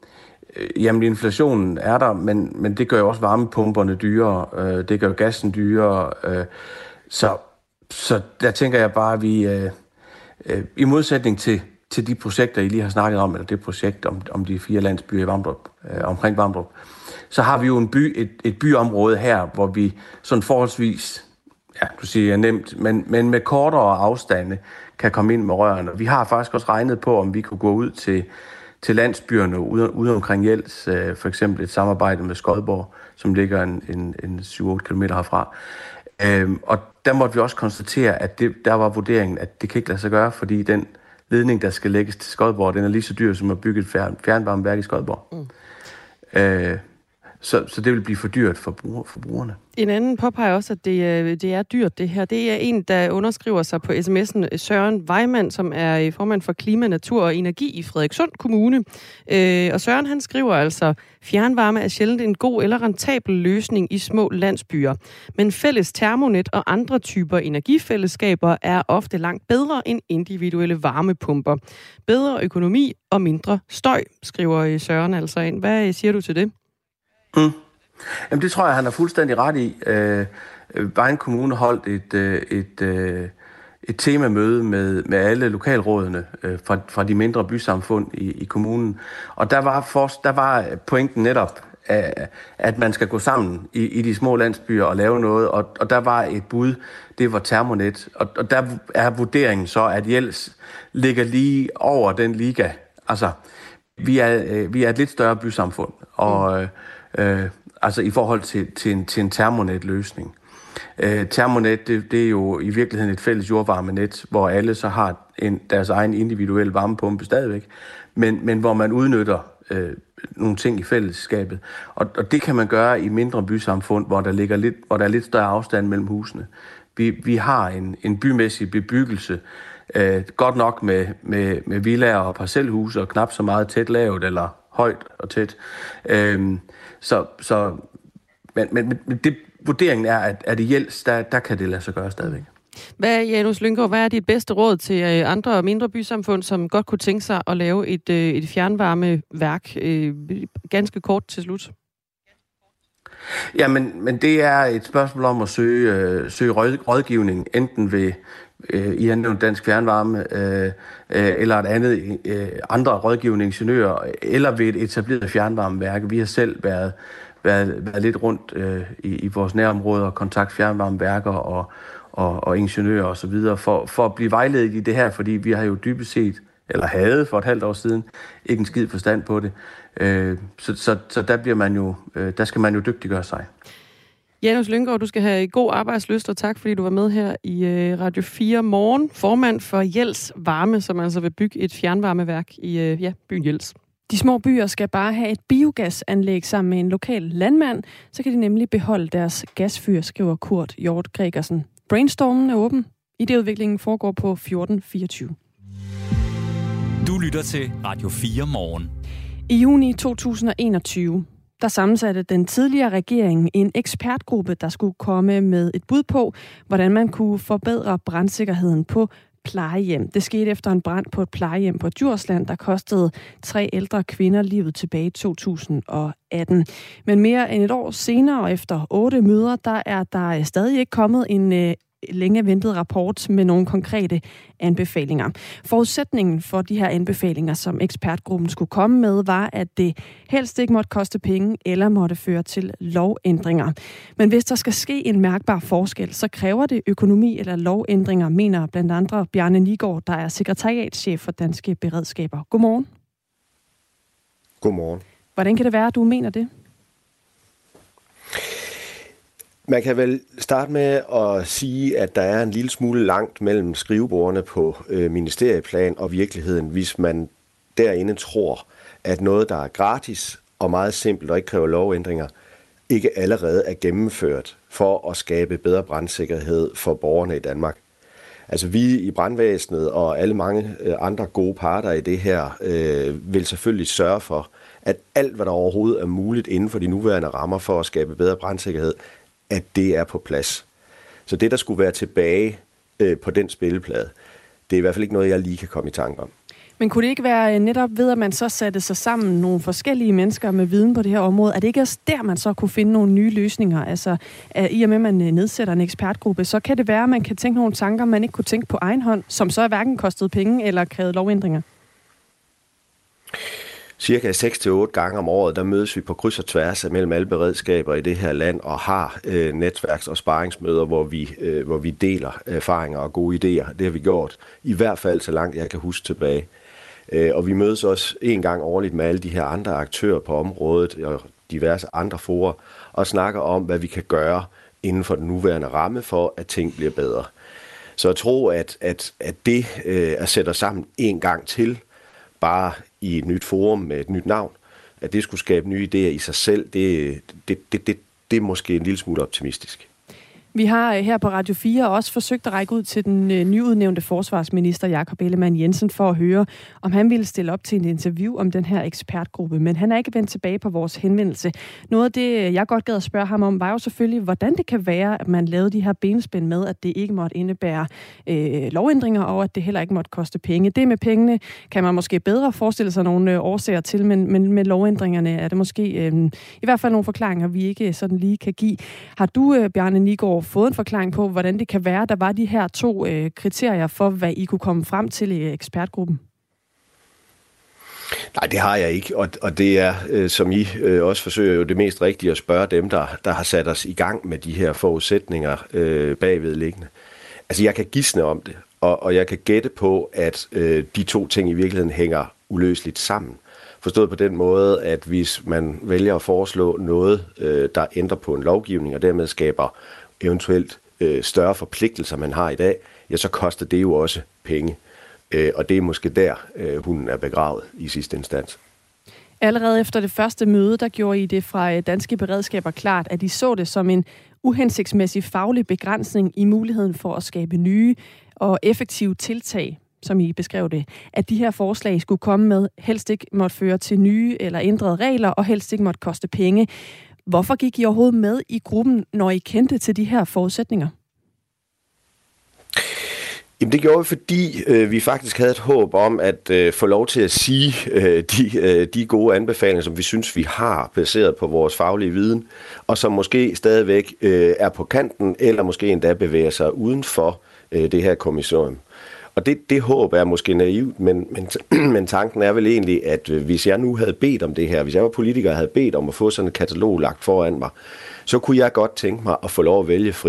Jamen, inflationen er der, men, men det gør jo også varmepumperne dyrere, øh, det gør jo gassen dyrere, øh, så, så der tænker jeg bare, at vi øh, øh, i modsætning til, til de projekter, I lige har snakket om, eller det projekt om, om de fire landsbyer i Vamdrup, øh, omkring Vamdrup, så har vi jo en by, et, et byområde her, hvor vi sådan forholdsvis, ja, du siger nemt, men, men med kortere afstande kan komme ind med rørene. Vi har faktisk også regnet på, om vi kunne gå ud til til landsbyerne ude, ude omkring Jels, øh, for eksempel et samarbejde med Skodborg, som ligger en, en, en syv otte kilometer herfra. Øhm, og der måtte vi også konstatere, at det, der var vurderingen, at det kan ikke lade sig gøre, fordi den ledning, der skal lægges til Skodborg, den er lige så dyr som at bygge et fjern, fjernvarmeværk i Skodborg. Mm. Øh, så, så det vil blive for dyrt for, bruger, for brugerne. En anden påpeger også, at det, det er dyrt, det her. Det er en, der underskriver sig på sms'en, Søren Weimann, som er formand for Klima, Natur og Energi i Frederikssund Kommune. Øh, og Søren, han skriver altså, fjernvarme er sjældent en god eller rentabel løsning i små landsbyer. Men fælles termonet og andre typer energifællesskaber er ofte langt bedre end individuelle varmepumper. Bedre økonomi og mindre støj, skriver Søren altså ind. Hvad siger du til det? Mm. Jamen, det tror jeg, han har fuldstændig ret i. Øh, Vejen Kommune holdt et, et, et, et temamøde med, med alle lokalrådene øh, fra, fra de mindre bysamfund i, i kommunen. Og der var, for, der var pointen netop, at, at man skal gå sammen i, i de små landsbyer og lave noget. Og, og der var et bud, det var termonet. Og, og der er vurderingen så, at Jels ligger lige over den liga. Altså, vi er, vi er et lidt større bysamfund, og øh, altså i forhold til, til en, til en termonet-løsning. Øh, termonet, det, det er jo i virkeligheden et fælles jordvarmenet, hvor alle så har en, deres egen individuelle varmepumpe stadigvæk, men, men hvor man udnytter øh, nogle ting i fællesskabet. Og, og det kan man gøre i mindre bysamfund, hvor der, ligger lidt, hvor der er lidt større afstand mellem husene. Vi, vi har en, en bymæssig bebyggelse, øh, godt nok med, med, med villaer og parcelhuse, og knap så meget tæt lavt eller højt og tæt. Øh, så, så, men, men, men det, vurderingen er, at, at i Jels, der, der kan det lade sig gøre stadigvæk. Hvad, Janus Lynggaard, hvad er dit bedste råd til andre og mindre bysamfund, som godt kunne tænke sig at lave et, et fjernvarmeværk ganske kort til slut? Ja, men, men det er et spørgsmål om at søge, øh, søge rådgivning, enten ved øh, I har nævnt Dansk Fjernvarme, øh, øh, eller et andet, øh, andre rådgivende ingeniører, eller ved et etableret fjernvarmeværk. Vi har selv været, været, været lidt rundt øh, i, i vores nærområder og kontakt fjernvarmeværker og, og, og ingeniører og så videre, for, for at blive vejledet i det her, fordi vi har jo dybest set eller havde for et halvt år siden, ikke en skid forstand på det. Øh, så, så, så der bliver man jo, øh, der skal man jo dygtiggøre sig. Janus Lynggaard, du skal have god arbejdslyst, og tak fordi du var med her i øh, Radio fire Morgen. Formand for Jels Varme, som altså vil bygge et fjernvarmeværk i øh, ja, byen Jels. De små byer skal bare have et biogasanlæg sammen med en lokal landmand, så kan de nemlig beholde deres gasfyr, skriver Kurt Hjort Gregersen. Brainstormen er åben. Idéudviklingen foregår på fjorten fireogtyve. Du lytter til Radio fire Morgen. I juni to tusind og enogtyve, der sammensatte den tidligere regering en ekspertgruppe, der skulle komme med et bud på, hvordan man kunne forbedre brandsikkerheden på plejehjem. Det skete efter en brand på et plejehjem på Djursland, der kostede tre ældre kvinder livet tilbage i to tusind og atten. Men mere end et år senere, og efter otte møder, der er der stadig ikke kommet en øh, længe ventet rapport med nogle konkrete anbefalinger. Forudsætningen for de her anbefalinger, som ekspertgruppen skulle komme med, var, at det helst ikke måtte koste penge eller måtte føre til lovændringer. Men hvis der skal ske en mærkbar forskel, så kræver det økonomi eller lovændringer, mener blandt andre Bjarne Nigård, der er sekretariatschef for Danske Beredskaber. Godmorgen. Godmorgen. Hvordan kan det være, at du mener det? Man kan vel starte med at sige, at der er en lille smule langt mellem skrivebordene på øh, ministerieplan og virkeligheden, hvis man derinde tror, at noget, der er gratis og meget simpelt og ikke kræver lovændringer, ikke allerede er gennemført for at skabe bedre brandsikkerhed for borgerne i Danmark. Altså vi i brandvæsenet og alle mange andre gode parter i det her øh, vil selvfølgelig sørge for, at alt, hvad der overhovedet er muligt inden for de nuværende rammer for at skabe bedre brandsikkerhed, at det er på plads. Så det, der skulle være tilbage øh, på den spilleplade, det er i hvert fald ikke noget, jeg lige kan komme i tanke om. Men kunne det ikke være netop ved, at man så satte sig sammen nogle forskellige mennesker med viden på det her område? Er det ikke også der, man så kunne finde nogle nye løsninger? Altså, i og med, at man nedsætter en ekspertgruppe, så kan det være, at man kan tænke nogle tanker, man ikke kunne tænke på egen hånd, som så er hverken kostet penge eller krævet lovændringer? Cirka seks til otte gange om året, der mødes vi på kryds og tværs mellem alle beredskaber i det her land og har øh, netværks- og sparringsmøder, hvor vi, øh, hvor vi deler erfaringer og gode idéer. Det har vi gjort i hvert fald så langt jeg kan huske tilbage. Øh, og vi mødes også en gang årligt med alle de her andre aktører på området og diverse andre forer og snakker om, hvad vi kan gøre inden for den nuværende ramme for, at ting bliver bedre. Så jeg tror, at, at, at det øh, at sætte os sammen en gang til, bare i et nyt forum med et nyt navn, at det skulle skabe nye idéer i sig selv, det, det, det, det, det er måske en lille smule optimistisk. Vi har her på Radio fire også forsøgt at række ud til den nyudnævnte forsvarsminister Jakob Ellemann-Jensen for at høre, om han ville stille op til en interview om den her ekspertgruppe, men han er ikke vendt tilbage på vores henvendelse. Noget af det, jeg godt gad at spørge ham om, var jo selvfølgelig, hvordan det kan være, at man lavede de her benspænd med, at det ikke måtte indebære øh, lovændringer, og at det heller ikke måtte koste penge. Det med pengene kan man måske bedre forestille sig nogle øh, årsager til, men, men med lovændringerne er det måske øh, i hvert fald nogle forklaringer, vi ikke sådan lige kan give. Har du, øh, Bjarne Nigård, fået en forklaring på, hvordan det kan være, der var de her to øh, kriterier for, hvad I kunne komme frem til i ekspertgruppen? Nej, det har jeg ikke, og, og det er, øh, som I øh, også forsøger jo det mest rigtige at spørge dem, der, der har sat os i gang med de her forudsætninger øh, bagvedliggende. Altså, jeg kan gisne om det, og, og jeg kan gætte på, at øh, de to ting i virkeligheden hænger uløseligt sammen. Forstået på den måde, at hvis man vælger at foreslå noget, øh, der ændrer på en lovgivning, og dermed skaber eventuelt øh, større forpligtelser, man har i dag, ja, så koster det jo også penge. Øh, og det er måske der, øh, hunden er begravet i sidste instans. Allerede efter det første møde, der gjorde I det fra Danske Beredskaber klart, at I så det som en uhensigtsmæssig faglig begrænsning i muligheden for at skabe nye og effektive tiltag, som I beskrev det, at de her forslag skulle komme med, helst ikke måtte føre til nye eller ændrede regler, og helst ikke måtte koste penge. Hvorfor gik I overhovedet med i gruppen, når I kendte til de her forudsætninger? Jamen det gjorde vi, fordi øh, vi faktisk havde et håb om at øh, få lov til at sige øh, de, øh, de gode anbefalinger, som vi synes, vi har baseret på vores faglige viden, og som måske stadigvæk øh, er på kanten, eller måske endda bevæger sig uden for øh, det her kommissorium. Og det, det håb er måske naivt, men, men, men tanken er vel egentlig, at hvis jeg nu havde bedt om det her, hvis jeg var politiker og havde bedt om at få sådan et katalog lagt foran mig, så kunne jeg godt tænke mig at få lov at vælge frit.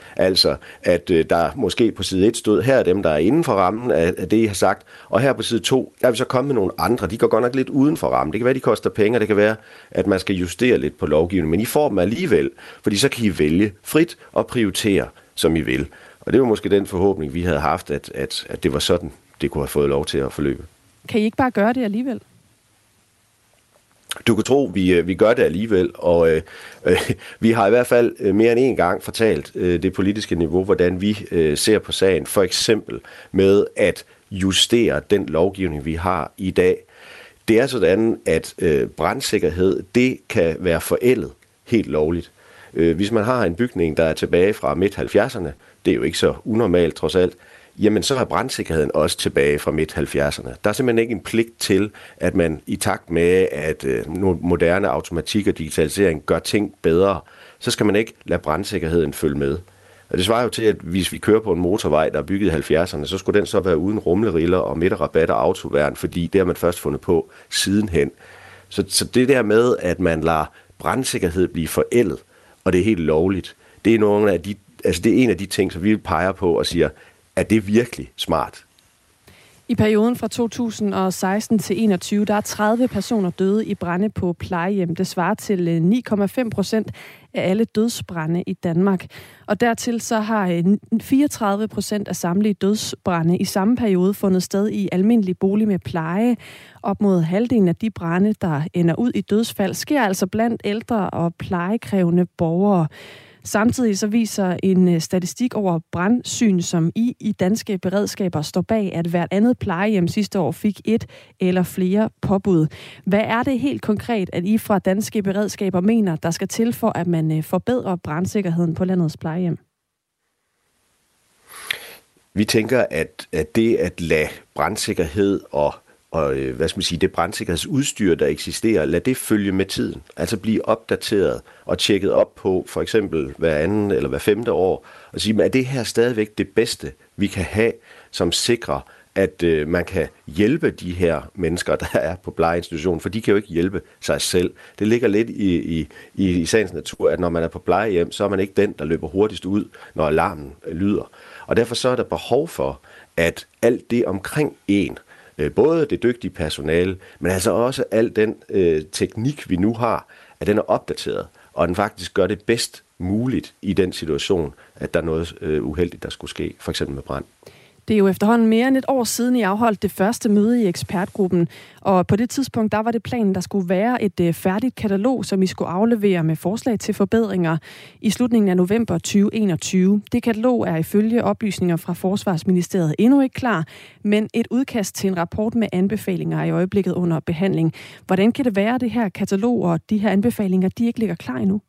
Altså, at øh, der måske på side et stod, her er dem, der er inden for rammen af, af det, I har sagt, og her på side to, der er vi så kommet med nogle andre. De går godt nok lidt uden for rammen. Det kan være, de koster penge, det kan være, at man skal justere lidt på lovgivningen, men I får dem alligevel, fordi så kan I vælge frit og prioritere, som I vil. Og det var måske den forhåbning, vi havde haft, at, at, at det var sådan, det kunne have fået lov til at forløbe. Kan I ikke bare gøre det alligevel? Du kan tro, vi, vi gør det alligevel, og øh, øh, vi har i hvert fald mere end en gang fortalt øh, det politiske niveau, hvordan vi øh, ser på sagen, for eksempel med at justere den lovgivning, vi har i dag. Det er sådan, at øh, brandsikkerhed, det kan være forældet helt lovligt. Øh, hvis man har en bygning, der er tilbage fra midt halvfjerdserne, det er jo ikke så unormalt trods alt, jamen så er brandsikkerheden også tilbage fra midt halvfjerdserne. Der er simpelthen ikke en pligt til, at man i takt med, at øh, moderne automatik og digitalisering gør ting bedre, så skal man ikke lade brandsikkerheden følge med. Og det svarer jo til, at hvis vi kører på en motorvej, der er bygget i halvfjerdserne, så skulle den så være uden rumleriller og midterrabat og autoværn, fordi det har man først fundet på sidenhen. Så, så det der med, at man lader brandsikkerhed blive forældet, og det er helt lovligt, det er, nogle af de, altså det er en af de ting, som vi peger på og siger, er det virkelig smart? I perioden fra to tusind og seksten til enogtyve, der er tredive personer døde i brande på plejehjem. Det svarer til ni komma fem procent af alle dødsbrande i Danmark. Og dertil så har fireogtredive procent af samtlige dødsbrande i samme periode fundet sted i almindelig bolig med pleje. Op mod halvdelen af de brande, der ender ud i dødsfald, sker altså blandt ældre og plejekrævende borgere. Samtidig så viser en statistik over brandsyn, som I i danske beredskaber står bag, at hvert andet plejehjem sidste år fik et eller flere påbud. Hvad er det helt konkret, at I fra danske beredskaber mener, der skal til for, at man forbedrer brandsikkerheden på landets plejehjem? Vi tænker, at, at det at lade brandsikkerhed og og hvad skal man sige, det brandsikkerhedsudstyr, der eksisterer, lad det følge med tiden. Altså blive opdateret og tjekket op på, for eksempel hver anden eller hver femte år, og sige, er det her stadigvæk det bedste, vi kan have, som sikrer, at øh, man kan hjælpe de her mennesker, der er på plejeinstitutionen, for de kan jo ikke hjælpe sig selv. Det ligger lidt i, i, i, i sagens natur, at når man er på plejehjem, så er man ikke den, der løber hurtigst ud, når alarmen lyder. Og derfor så er der behov for, at alt det omkring en, både det dygtige personale, men altså også al den øh, teknik, vi nu har, at den er opdateret, og den faktisk gør det bedst muligt i den situation, at der er noget øh, uheldigt, der skulle ske, for eksempel med brand. Det er jo efterhånden mere end et år siden, I afholdt det første møde i ekspertgruppen, og på det tidspunkt, der var det planen, der skulle være et øh, færdigt katalog, som I skulle aflevere med forslag til forbedringer i slutningen af november tyve enogtyve. Det katalog er ifølge oplysninger fra Forsvarsministeriet endnu ikke klar, men et udkast til en rapport med anbefalinger er i øjeblikket under behandling. Hvordan kan det være, at det her katalog og de her anbefalinger, de ikke ligger klar endnu?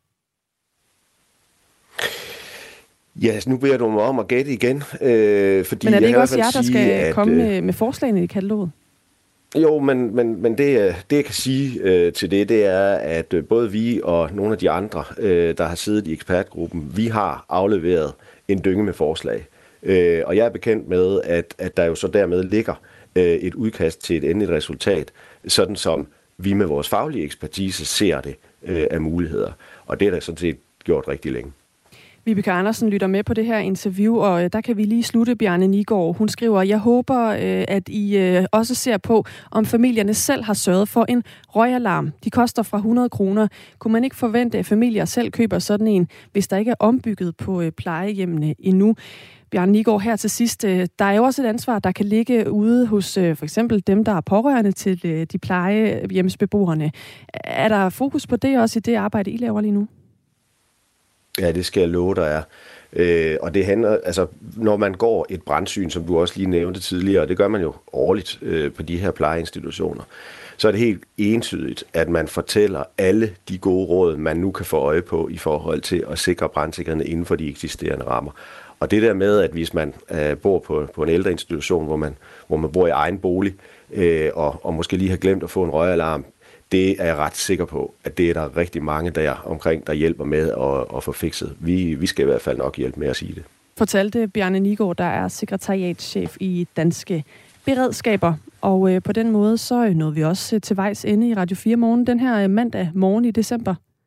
Ja, nu beder du mig om at gætte igen. Øh, fordi men er det ikke jeg også jer, der skal at, komme med, med forslagene i kataloget? Jo, men, men, men det, det, jeg kan sige øh, til det, det er, at øh, både vi og nogle af de andre, øh, der har siddet i ekspertgruppen, vi har afleveret en dynge med forslag. Øh, og jeg er bekendt med, at, at der jo så dermed ligger øh, et udkast til et endeligt resultat, sådan som vi med vores faglige ekspertise ser det øh, af muligheder. Og det er der sådan set gjort rigtig længe. Vibeke Andersen lytter med på det her interview, og der kan vi lige slutte. Bjarne Nigård, hun skriver, jeg håber, at I også ser på, om familierne selv har sørget for en røgalarm. De koster fra hundrede kroner. Kunne man ikke forvente, at familier selv køber sådan en, hvis der ikke er ombygget på plejehjemmene endnu? Bjarne Nigård, her til sidst, der er jo også et ansvar, der kan ligge ude hos for eksempel dem, der er pårørende til de plejehjemsbeboerne. Er der fokus på det også i det arbejde, I laver lige nu? Ja, det skal jeg love, der er. Øh, og det handler, altså, når man går et brandsyn, som du også lige nævnte tidligere, og det gør man jo årligt øh, på de her plejeinstitutioner, så er det helt entydigt, at man fortæller alle de gode råd, man nu kan få øje på i forhold til at sikre brandsikkerheden inden for de eksisterende rammer. Og det der med, at hvis man øh, bor på, på en ældre institution, hvor man, hvor man bor i egen bolig, øh, og, og måske lige har glemt at få en røgalarm, det er jeg ret sikker på, at det er der rigtig mange der omkring, der hjælper med at, at få fikset. Vi, vi skal i hvert fald nok hjælpe med at sige det. Fortalte Bjarne Nigård, der er sekretariatschef i Danske Beredskaber. Og øh, på den måde, så nåede vi også til vejs ende i Radio fire Morgen den her mandag morgen i december.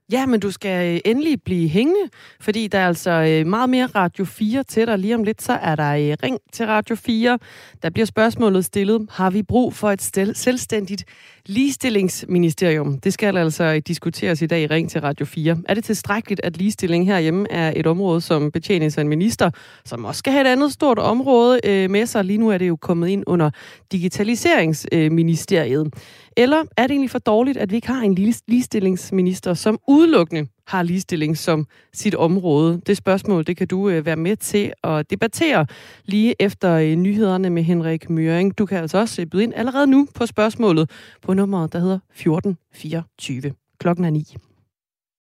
Ja, men du skal endelig blive hængende, fordi der er altså meget mere Radio fire til dig. Lige om lidt, så er der ring til Radio fire. Der bliver spørgsmålet stillet: har vi brug for et stel- selvstændigt ligestillingsministerium? Det skal altså diskuteres i dag i Ring til Radio fire. Er det tilstrækkeligt, at ligestilling herhjemme er et område, som betjenes af en minister, som også skal have et andet stort område med sig? Lige nu er det jo kommet ind under digitaliseringsministeriet. Eller er det egentlig for dårligt, at vi ikke har en ligestillingsminister, som udelukkende har ligestilling som sit område? Det spørgsmål, det kan du være med til at debattere lige efter nyhederne med Henrik Møring. Du kan altså også byde ind allerede nu på spørgsmålet på nummeret, der hedder fjorten fireogtyve. Klokken er ni.